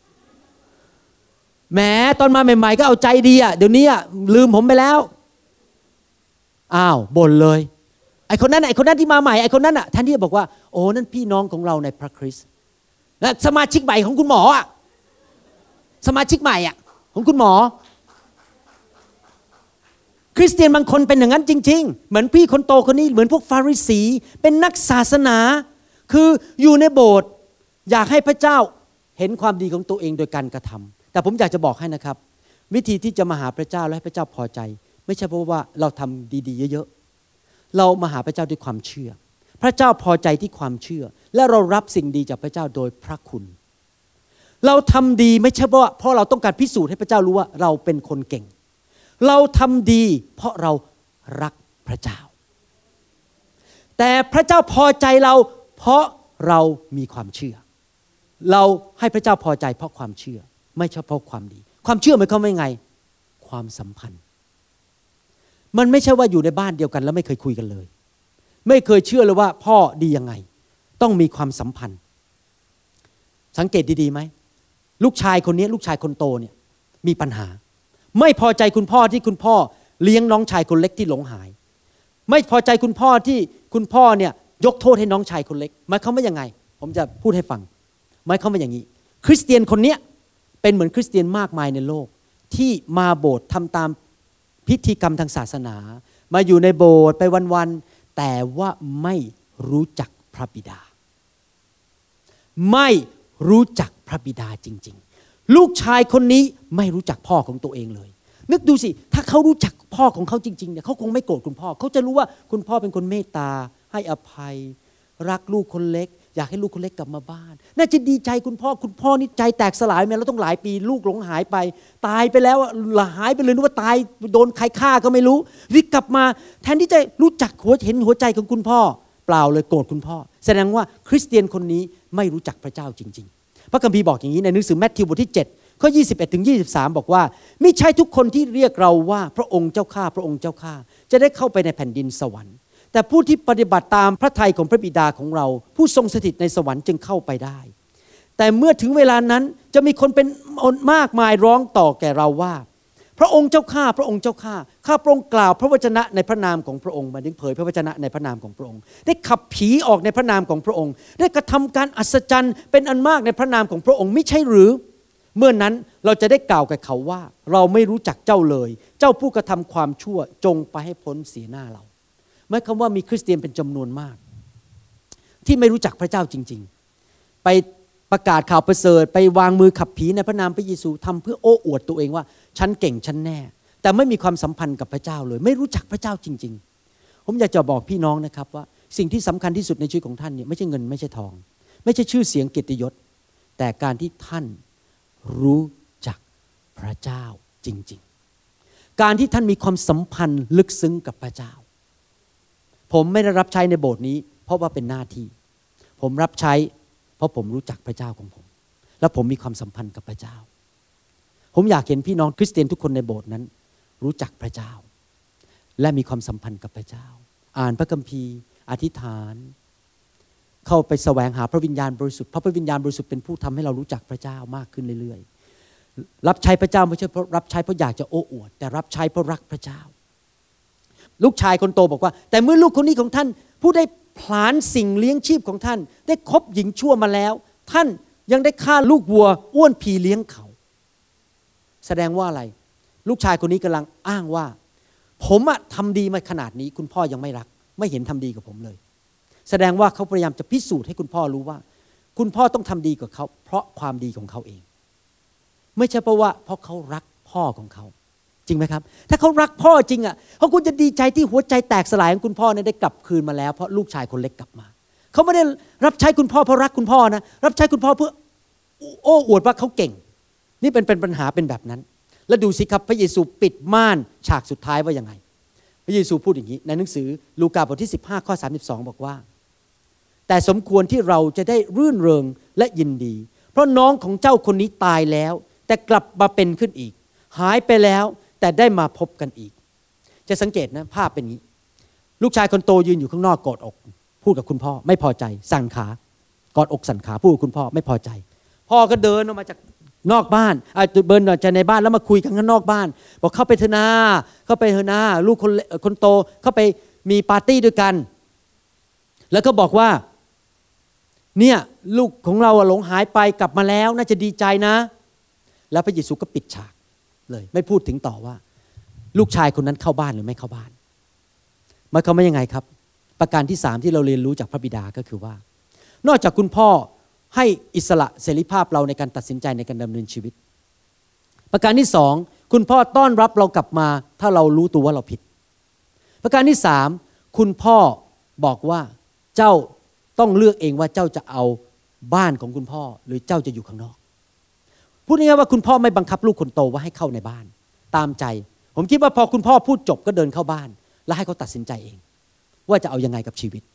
แหมตอนมาใหม่ๆก็เอาใจดีอะเดี๋ยวนี้อะลืมผมไปแล้วอ้าวบ่นเลยไอ้คนนั้นที่มาใหม่ไอ้คนนั้นอะแทนที่จะบอกว่าโอ้นั่นพี่น้องของเราในพระคริสต์และสมาชิกใหม่ของคุณหมออะสมาชิกใหม่อะของคุณหมอคริสเตียนบางคนเป็นอย่างนั้นจริงๆเหมือนพี่คนโตคนนี้เหมือนพวกฟาริสีเป็นนักศาสนาคืออยู่ในโบสถ์อยากให้พระเจ้าเห็นความดีของตัวเองโดยการกระทำแต่ผมอยากจะบอกให้นะครับวิธีที่จะมาหาพระเจ้าและให้พระเจ้าพอใจไม่ใช่เพราะว่าเราทำดีๆเยอะๆเรามาหาพระเจ้าด้วยความเชื่อพระเจ้าพอใจที่ความเชื่อและเรารับสิ่งดีจากพระเจ้าโดยพระคุณเราทำดีไม่ใช่เพราะเราต้องการพิสูจน์ให้พระเจ้ารู้ว่าเราเป็นคนเก่งเราทำดีเพราะเรารักพระเจ้าแต่พระเจ้าพอใจเราเพราะเรามีความเชื่อเราให้พระเจ้าพอใจเพราะความเชื่อไม่ใช่เพราะความดีความเชื่อหมายความว่าไงความสัมพันธ์มันไม่ใช่ว่าอยู่ในบ้านเดียวกันแล้วไม่เคยคุยกันเลยไม่เคยเชื่อเลยว่าพ่อดียังไงต้องมีความสัมพันธ์สังเกตดีๆไหมลูกชายคนนี้ลูกชายคนโตเนี่ยมีปัญหาไม่พอใจคุณพ่อที่คุณพ่อเลี้ยงน้องชายคนเล็กที่หลงหายไม่พอใจคุณพ่อที่คุณพ่อเนี่ยยกโทษให้น้องชายคนเล็กหมายความว่ายังไงผมจะพูดให้ฟังหมายความว่าอย่างนี้คริสเตียนคนนี้เป็นเหมือนคริสเตียนมากมายในโลกที่มาโบสถ์ทำตามพิธีกรรมทางศาสนามาอยู่ในโบสถ์ไปวันๆแต่ว่าไม่รู้จักพระบิดาไม่รู้จักพระบิดาจริงๆลูกชายคนนี้ไม่รู้จักพ่อของตัวเองเลยนึกดูสิถ้าเขารู้จักพ่อของเขาจริงๆเนี่ยเขาคงไม่โกรธคุณพ่อเขาจะรู้ว่าคุณพ่อเป็นคนเมตตาให้อภัยรักลูกคนเล็กอยากให้ลูกคนเล็กกลับมาบ้านน่าจะดีใจคุณพ่อนี่ใจแตกสลายมาแล้วต้องหลายปีลูกหลงหายไปตายไปแล้วหายไปเลยนึกว่าตายโดนใครฆ่าก็ไม่รู้รีบกลับมาแทนที่จะรู้จักเห็นหัวใจของคุณพ่อเปล่าเลยโกรธคุณพ่อแสดงว่าคริสเตียนคนนี้ไม่รู้จักพระเจ้าจริงๆพระคัมภีร์บอกอย่างนี้ในหนังสือมัทธิวบทที่7ข้อ21ถึง23บอกว่าไม่ใช่ทุกคนที่เรียกเราว่าพระองค์เจ้าข้าพระองค์เจ้าข้าจะได้เข้าไปในแผ่นดินสวรรค์แต่ผู้ที่ปฏิบัติตามพระทัยของพระบิดาของเราผู้ทรงสถิตในสวรรค์จึงเข้าไปได้แต่เมื่อถึงเวลานั้นจะมีคนเป็นมากมายร้องต่อแก่เราว่าพระองค์เจ้าข้าพระองค์เจ้าข้าข้าพระองค์กล่าวพระวจนะในพระนามของพระองค์มาถึงเผยพระวจนะในพระนามของพระองค์ได้ขับผีออกในพระนามของพระองค์ได้กระทำการอัศจรรย์เป็นอันมากในพระนามของพระองค์ไม่ใช่หรือเมื่อนั้นเราจะได้กล่าวกับเขาว่าเราไม่รู้จักเจ้าเลยเจ้าผู้กระทำความชั่วจงไปให้พ้นเสียหน้าเราหมายความว่ามีคริสเตียนเป็นจำนวนมากที่ไม่รู้จักพระเจ้าจริงๆไปประกาศข่าวประเสริฐไปวางมือขับผีในพระนามพระเยซูทำเพื่อโอ้อวดตัวเองว่าฉันเก่งฉันแน่แต่ไม่มีความสัมพันธ์กับพระเจ้าเลยไม่รู้จักพระเจ้าจริงๆผมอยากจะบอกพี่น้องนะครับว่าสิ่งที่สำคัญที่สุดในชีวิตของท่านเนี่ยไม่ใช่เงินไม่ใช่ทองไม่ใช่ชื่อเสียงเกียรติยศแต่การที่ท่านรู้จักพระเจ้าจริงๆการที่ท่านมีความสัมพันธ์ลึกซึ้งกับพระเจ้าผมไม่ได้รับใช้ในโบสถ์นี้เพราะว่าเป็นหน้าที่ผมรับใช้เพราะผมรู้จักพระเจ้าของผมและผมมีความสัมพันธ์กับพระเจ้าผมอยากเห็นพี่น้องคริสเตียนทุกคนในโบสถ์นั้นรู้จักพระเจ้าและมีความสัมพันธ์กับพระเจ้าอ่านพระคัมภีร์อธิษฐานเข้าไปแสวงหาพระวิญญาณบริสุทธิ์เพราะพระวิญญาณบริสุทธิ์เป็นผู้ทำให้เรารู้จักพระเจ้ามากขึ้นเรื่อยๆรับใช้พระเจ้าไม่ใช่เพราะรับใช้เพราะอยากจะโอ้อวดแต่รับใช้เพราะรักพระเจ้าลูกชายคนโตบอกว่าแต่เมื่อลูกคนนี้ของท่านผู้ได้ผลาญสิ่งเลี้ยงชีพของท่านได้คบหญิงชั่วมาแล้วท่านยังได้ฆ่าลูกวัวอ้วนพีเลี้ยงเขาแสดงว่าอะไรลูกชายคนนี้กำลังอ้างว่าผมทำดีมาขนาดนี้คุณพ่อยังไม่รักไม่เห็นทำดีกับผมเลยแสดงว่าเขาพยายามจะพิสูจน์ให้คุณพ่อรู้ว่าคุณพ่อต้องทำดีกับเขาเพราะความดีของเขาเองไม่ใช่เพราะเขารักพ่อของเขาจริงไหมครับถ้าเขารักพ่อจริงเขาควรจะดีใจที่หัวใจแตกสลายของคุณพ่อเนี่ยได้กลับคืนมาแล้วเพราะลูกชายคนเล็กกลับมาเขาไม่ได้รับใช้คุณพ่อเพราะรักคุณพ่อนะรับใช้คุณพ่อเพื่อโอ้อวดว่าเขาเก่งนี่เป็นปัญหาเป็นแบบนั้นแล้วดูสิครับพระเยซูปิดม่านฉากสุดท้ายว่ายังไงพระเยซูพูดอย่างนี้ในหนังสือลูกาบทที่15ข้อ32บอกว่าแต่สมควรที่เราจะได้รื่นเริงและยินดีเพราะน้องของเจ้าคนนี้ตายแล้วแต่กลับมาเป็นขึ้นอีกหายไปแล้วแต่ได้มาพบกันอีกจะสังเกตนะภาพเป็นงี้ลูกชายคนโตยืนอยู่ข้างนอกกอดอกพูดกับคุณพ่อไม่พอใจสั่นขากอดอกสั่นขาพูดกับคุณพ่อไม่พอใจพ่อก็เดินออกมาจากนอกบ้านเดินออกจากในบ้านแล้วมาคุยกันข้างนอกบ้านบอกเข้าไปเถอะนาเข้าไปเถอะนาลูกคนโตเข้าไปมีปาร์ตี้ด้วยกันแล้วก็บอกว่าเนี่ยลูกของเราหลงหายไปกลับมาแล้วน่าจะดีใจนะแล้วพระเยซูก็ปิดฉากเลยไม่พูดถึงต่อว่าลูกชายคนนั้นเข้าบ้านหรือไม่เข้าบ้านหมายความว่ายังไงครับประการที่3ที่เราเรียนรู้จากพระบิดาก็คือว่านอกจากคุณพ่อให้อิสระเสรีภาพเราในการตัดสินใจในการดำเนินชีวิตประการที่2คุณพ่อต้อนรับเรากลับมาถ้าเรารู้ตัวว่าเราผิดประการที่3คุณพ่อบอกว่าเจ้าต้องเลือกเองว่าเจ้าจะเอาบ้านของคุณพ่อหรือเจ้าจะอยู่ข้างนอกพูดง่ายๆว่าคุณพ่อไม่บังคับลูกคนโตว่าให้เข้าในบ้านตามใจผมคิดว่าพอคุณพ่อพูดจบก็เดินเข้าบ้านแล้วให้เขาตัดสินใจเองว่าจะเอายังไงกับชีวิต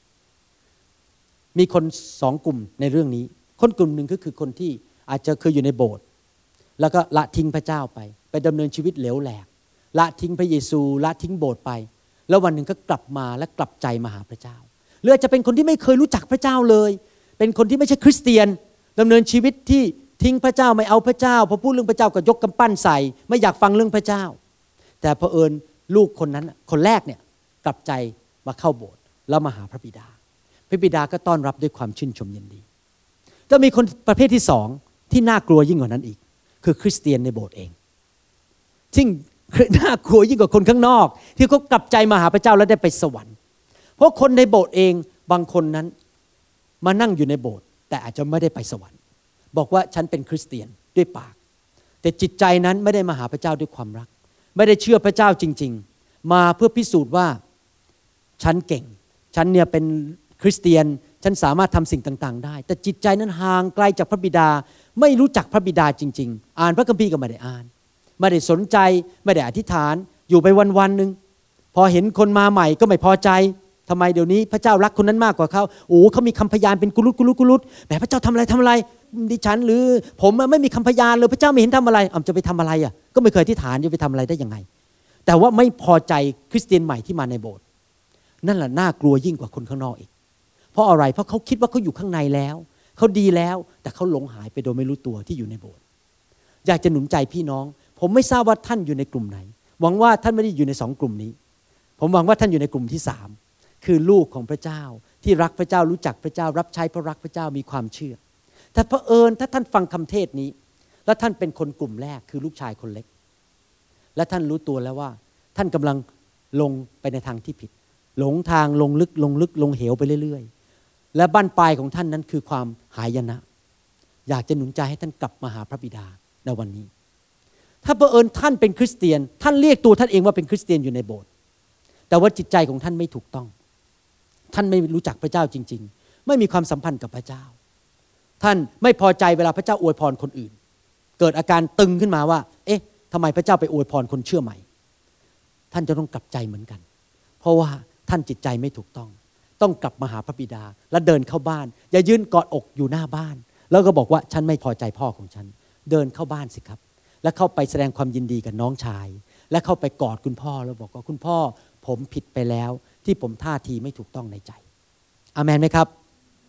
มีคน2กลุ่มในเรื่องนี้คนกลุ่มหนึ่งก็คือคนที่อาจจะเคยอยู่ในโบสถ์แล้วก็ละทิ้งพระเจ้าไปดำเนินชีวิตเหลวแหลกละทิ้งพระเยซูละทิ้งโบสถ์ไปแล้ววันหนึ่งก็กลับมาและกลับใจมาหาพระเจ้าหรืออาจจะเป็นคนที่ไม่เคยรู้จักพระเจ้าเลยเป็นคนที่ไม่ใช่คริสเตียนดำเนินชีวิตที่ทิ้งพระเจ้าไม่เอาพระเจ้าพอพูดเรื่องพระเจ้าก็ยกกำปั้นใส่ไม่อยากฟังเรื่องพระเจ้าแต่เผอิญลูกคนนั้นคนแรกเนี่ยกลับใจมาเข้าโบสถ์แล้วมาหาพระบิดาพระบิดาก็ต้อนรับด้วยความชื่นชมยินดีก็มีคนประเภทที่2ที่น่ากลัวยิ่งกว่านั้นอีกคือคริสเตียนในโบสถ์เองซึ่งน่ากลัวยิ่งกว่าคนข้างนอกที่เขากลับใจมาหาพระเจ้าแล้วได้ไปสวรรค์เพราะคนในโบสถ์เองบางคนนั้นมานั่งอยู่ในโบสถ์แต่อาจจะไม่ได้ไปสวรรค์บอกว่าฉันเป็นคริสเตียนด้วยปากแต่จิตใจนั้นไม่ได้มาหาพระเจ้าด้วยความรักไม่ได้เชื่อพระเจ้าจริงๆมาเพื่อพิสูจน์ว่าฉันเก่งฉันเนี่ยเป็นคริสเตียนฉันสามารถทำสิ่งต่างๆได้แต่จิตใจนั้นห่างไกลจากพระบิดาไม่รู้จักพระบิดาจริงๆอ่านพระคัมภีร์ก็ไม่ได้อ่านไม่ได้สนใจไม่ได้อธิษฐานอยู่ไปวันๆนึงพอเห็นคนมาใหม่ก็ไม่พอใจทำไมเดี๋ยวนี้พระเจ้ารักคนนั้นมากกว่าเขาโอ้เขามีคำพยานเป็นกุลุตแหมพระเจ้าทำอะไรดิฉันหรือผมไม่มีคำพยานเลยพระเจ้าไม่เห็นทำอะไรจะไปทำอะไรก็ไม่เคยอธิษฐานจะไปทำอะไรได้ยังไงแต่ว่าไม่พอใจคริสเตียนใหม่ที่มาในโบสถ์นั่นแหละน่ากลัวยิ่งกว่าคนข้างนอกอีกเพราะอะไรเพราะเขาคิดว่าเขาอยู่ข้างในแล้วเขาดีแล้วแต่เขาหลงหายไปโดยไม่รู้ตัวที่อยู่ในโบสถ์อยากจะหนุนใจพี่น้องผมไม่ทราบว่าท่านอยู่ในกลุ่มไหนหวังว่าท่านไม่ได้อยู่ใน2กลุ่มนี้ผมหวังว่าท่านอยู่ในกลุ่มที่3คือลูกของพระเจ้าที่รักพระเจ้ารู้จักพระเจ้ารับใช้เพราะรักพระเจ้ามีความเชื่อแต่เผอิญถ้าท่านฟังคำเทศนี้แล้วท่านเป็นคนกลุ่มแรกคือลูกชายคนเล็กและท่านรู้ตัวแล้วว่าท่านกำลังลงไปในทางที่ผิดหลงทางลงลึกลงเหวไปเรื่อยๆและบั้นปลายของท่านนั้นคือความหายนะอยากจะหนุนใจให้ท่านกลับมาหาพระบิดาในวันนี้ถ้าเผอิญท่านเป็นคริสเตียนท่านเรียกตัวท่านเองว่าเป็นคริสเตียนอยู่ในโบสถ์แต่ว่าจิตใจของท่านไม่ถูกต้องท่านไม่รู้จักพระเจ้าจริงๆไม่มีความสัมพันธ์กับพระเจ้าท่านไม่พอใจเวลาพระเจ้าอวยพรคนอื่นเกิดอาการตึงขึ้นมาว่าเอ๊ะทำไมพระเจ้าไปอวยพรคนเชื่อใหม่ท่านจะต้องกลับใจเหมือนกันเพราะว่าท่านจิตใจไม่ถูกต้องกลับมาหาพระบิดาและเดินเข้าบ้านอย่ายืนกอดอกอยู่หน้าบ้านแล้วก็บอกว่าฉันไม่พอใจพ่อของฉันเดินเข้าบ้านสิครับแล้วเข้าไปแสดงความยินดีกับน้องชายและเข้าไปกอดคุณพ่อแล้วบอกว่าคุณพ่อผมผิดไปแล้วที่ผมท่าทีไม่ถูกต้องในใจอาเมนไหมครับ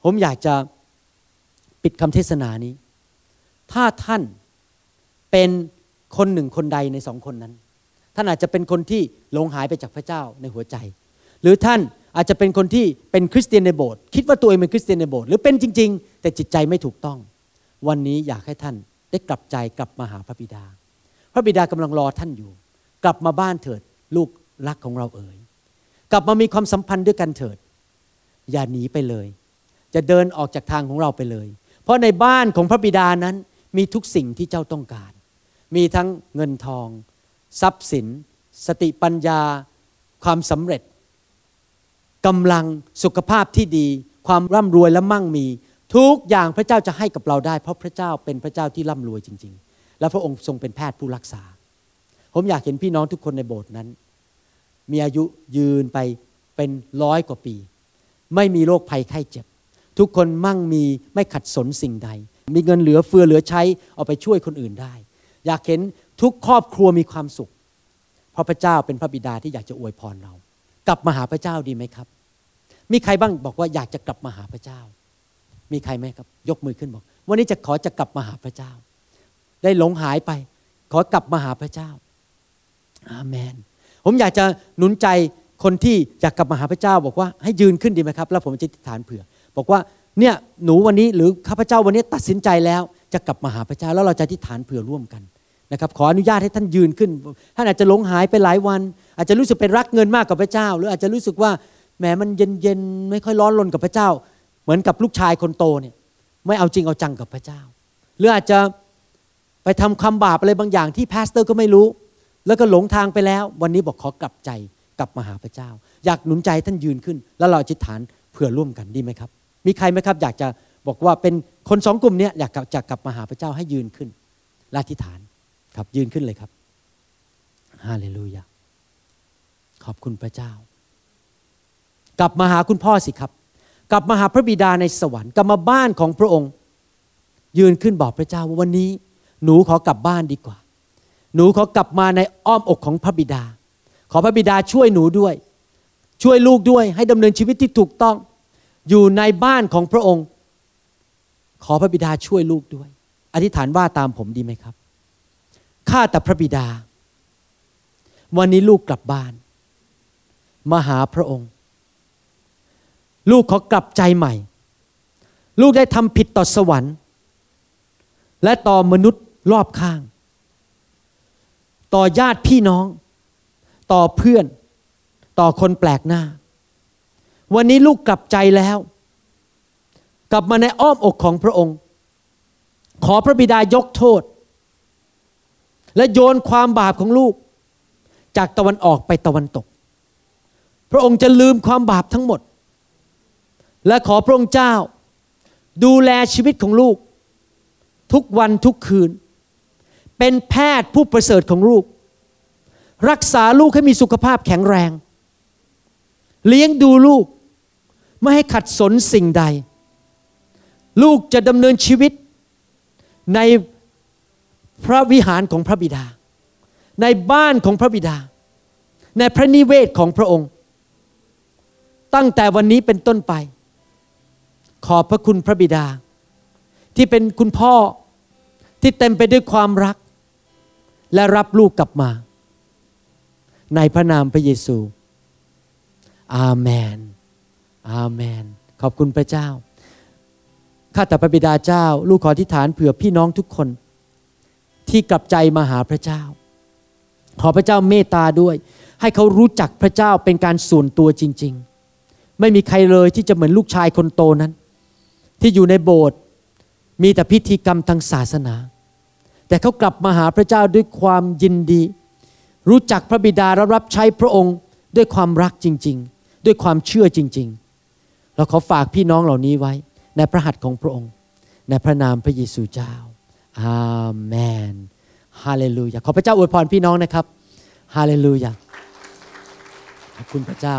ผมอยากจะปิดคำเทศนานี้ถ้าท่านเป็นคนหนึ่งคนใดใน2 คนนั้นท่านอาจจะเป็นคนที่หลงหายไปจากพระเจ้าในหัวใจหรือท่านอาจจะเป็นคนที่เป็นคริสเตียนในโบสถ์คิดว่าตัวเองเป็นคริสเตียนในโบสถ์หรือเป็นจริงๆแต่จิตใจไม่ถูกต้องวันนี้อยากให้ท่านได้กลับใจกลับมาหาพระบิดาพระบิดากำลังรอท่านอยู่กลับมาบ้านเถิดลูกรักของเราเอ๋ยกลับมามีความสัมพันธ์ด้วยกันเถิดอย่าหนีไปเลยจะเดินออกจากทางของเราไปเลยเพราะในบ้านของพระบิดานั้นมีทุกสิ่งที่เจ้าต้องการมีทั้งเงินทองทรัพย์สินสติปัญญาความสำเร็จกำลังสุขภาพที่ดีความร่ำรวยและมั่งมีทุกอย่างพระเจ้าจะให้กับเราได้เพราะพระเจ้าเป็นพระเจ้าที่ร่ำรวยจริงๆและพระองค์ทรงเป็นแพทย์ผู้รักษาผมอยากเห็นพี่น้องทุกคนในโบสถ์นั้นมีอายุยืนไปเป็น100 กว่าปีไม่มีโรคภัยไข้เจ็บทุกคนมั่งมีไม่ขัดสนสิ่งใดมีเงินเหลือเฟือเหลือใช้เอาไปช่วยคนอื่นได้อยากเห็นทุกครอบครัวมีความสุขเพราะพระเจ้าเป็นพระบิดาที่อยากจะอวยพรเรากลับมาหาพระเจ้าดีไหมครับมีใครบ้างบอกว่าอยากจะกลับมาหาพระเจ้ามีใครไหมครับยกมือขึ้นบอกวันนี้จะกลับมาหาพระเจ้าได้หลงหายไปขอกลับมาหาพระเจ้าอาเมนผมอยากจะหนุนใจคนที่อยากกลับมาหาพระเจ้าบอกว่าให้ยืนขึ้นดีไหมครับแล้วผมจะอธิษฐานเผื่อบอกว่าเนี่ยหนูวันนี้หรือข้าพเจ้าวันนี้ตัดสินใจแล้วจะกลับมาหาพระเจ้าแล้วเราจะอธิษฐานเผื่อร่วมกันนะครับขออนุญาตให้ท่านยืนขึ้นท่านอาจจะหลงหายไปหลายวันอาจจะรู้สึกเป็นรักเงินมากกว่าพระเจ้าหรืออาจจะรู้สึกว่าแหมมันเย็นๆไม่ค่อยร้อนรนกับพระเจ้าเหมือนกับลูกชายคนโตเนี่ยไม่เอาจริงเอาจังกับพระเจ้าหรืออาจจะไปทำความบาปอะไรบางอย่างที่พาสเตอร์ก็ไม่รู้แล้วก็หลงทางไปแล้ววันนี้บอกขอกลับใจกลับมาหาพระเจ้าอยากหนุนใจท่านยืนขึ้นแล้วเราอธิษฐานเผื่อร่วมกันดีไหมครับมีใครไหมครับอยากจะบอกว่าเป็นคน2 กลุ่มนี้อยากจะกลับมาหาพระเจ้าให้ยืนขึ้นและอธิษฐานครับยืนขึ้นเลยครับฮาเลลูยาขอบคุณพระเจ้ากลับมาหาคุณพ่อสิครับกลับมาหาพระบิดาในสวรรค์กลับมาบ้านของพระองค์ยืนขึ้นบอกพระเจ้าว่าวันนี้หนูขอกลับบ้านดีกว่าหนูขอกลับมาในอ้อมอกของพระบิดาขอพระบิดาช่วยหนูด้วยช่วยลูกด้วยให้ดำเนินชีวิตที่ถูกต้องอยู่ในบ้านของพระองค์ขอพระบิดาช่วยลูกด้วยอธิษฐานว่าตามผมดีไหมครับข้าแต่พระบิดาวันนี้ลูกกลับบ้านมาหาพระองค์ลูกขอกลับใจใหม่ลูกได้ทำผิดต่อสวรรค์และต่อมนุษย์รอบข้างต่อญาติพี่น้องต่อเพื่อนต่อคนแปลกหน้าวันนี้ลูกกลับใจแล้วกลับมาในอ้อมอกของพระองค์ขอพระบิดายกโทษและโยนความบาปของลูกจากตะวันออกไปตะวันตกพระองค์จะลืมความบาปทั้งหมดและขอพระองค์เจ้าดูแลชีวิตของลูกทุกวันทุกคืนเป็นแพทย์ผู้ประเสริฐของลูกรักษาลูกให้มีสุขภาพแข็งแรงเลี้ยงดูลูกไม่ให้ขัดสนสิ่งใดลูกจะดำเนินชีวิตในพระวิหารของพระบิดาในบ้านของพระบิดาในพระนิเวศของพระองค์ตั้งแต่วันนี้เป็นต้นไปขอบพระคุณพระบิดาที่เป็นคุณพ่อที่เต็มไปด้วยความรักและรับลูกกลับมาในพระนามพระเยซูอาเมนอาเมนขอบคุณพระเจ้าข้าแต่พระบิดาเจ้าลูกขออธิษฐานเผื่อพี่น้องทุกคนที่กลับใจมาหาพระเจ้าขอพระเจ้าเมตตาด้วยให้เขารู้จักพระเจ้าเป็นการส่วนตัวจริงๆไม่มีใครเลยที่จะเหมือนลูกชายคนโตนั้นที่อยู่ในโบสถ์มีแต่พิธีกรรมทางศาสนาแต่เขากลับมาหาพระเจ้าด้วยความยินดีรู้จักพระบิดาและรับใช้พระองค์ด้วยความรักจริงๆด้วยความเชื่อจริงๆเราขอฝากพี่น้องเหล่านี้ไว้ในพระหัตถ์ของพระองค์ในพระนามพระเยซูเจ้าอาเมนฮาเลลูยาขอพระเจ้าอวยพรพี่น้องนะครับฮาเลลูยาขอบคุณพระเจ้า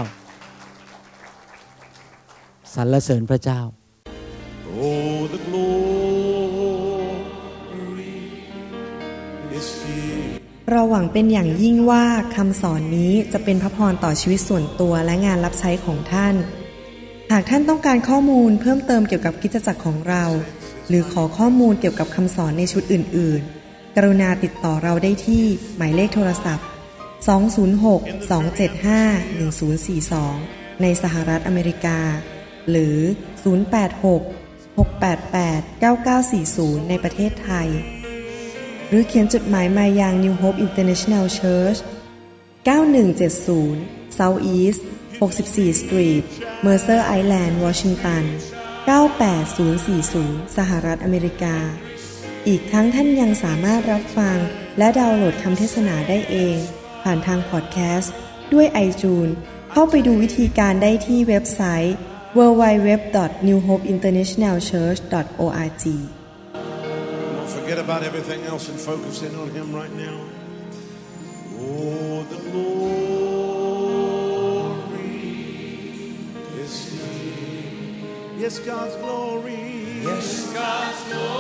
สรรเสริญพระเจ้า Oh, the glory is here. เราหวังเป็นอย่างยิ่งว่าคำสอนนี้จะเป็นพระพรต่อชีวิตส่วนตัวและงานรับใช้ของท่านหากท่านต้องการข้อมูลเพิ่มเติมเกี่ยวกับคริสตจักรของเราหรือขอข้อมูลเกี่ยวกับคำสอนในชุดอื่นๆกรุณาติดต่อเราได้ที่หมายเลขโทรศัพท์206-275-1042ในสหรัฐอเมริกาหรือ086-688-9940ในประเทศไทยหรือเขียนจดหมายมายัง New Hope International Church 9170 South East 64 Street Mercer Island Washington 98040 สหรัฐอเมริกาอีกทั้งท่านยังสามารถรับฟังและดาวน์โหลดคำเทศนาได้เองผ่านทางพอดแคสต์ด้วย iTunes เข้าไปดูวิธีการได้ที่เว็บไซต์ www.newhopeinternationalchurch.org Forget about everything else and focus in on Him right now. Oh, the glory is here. Yes, God's glory. Yes, God's glory.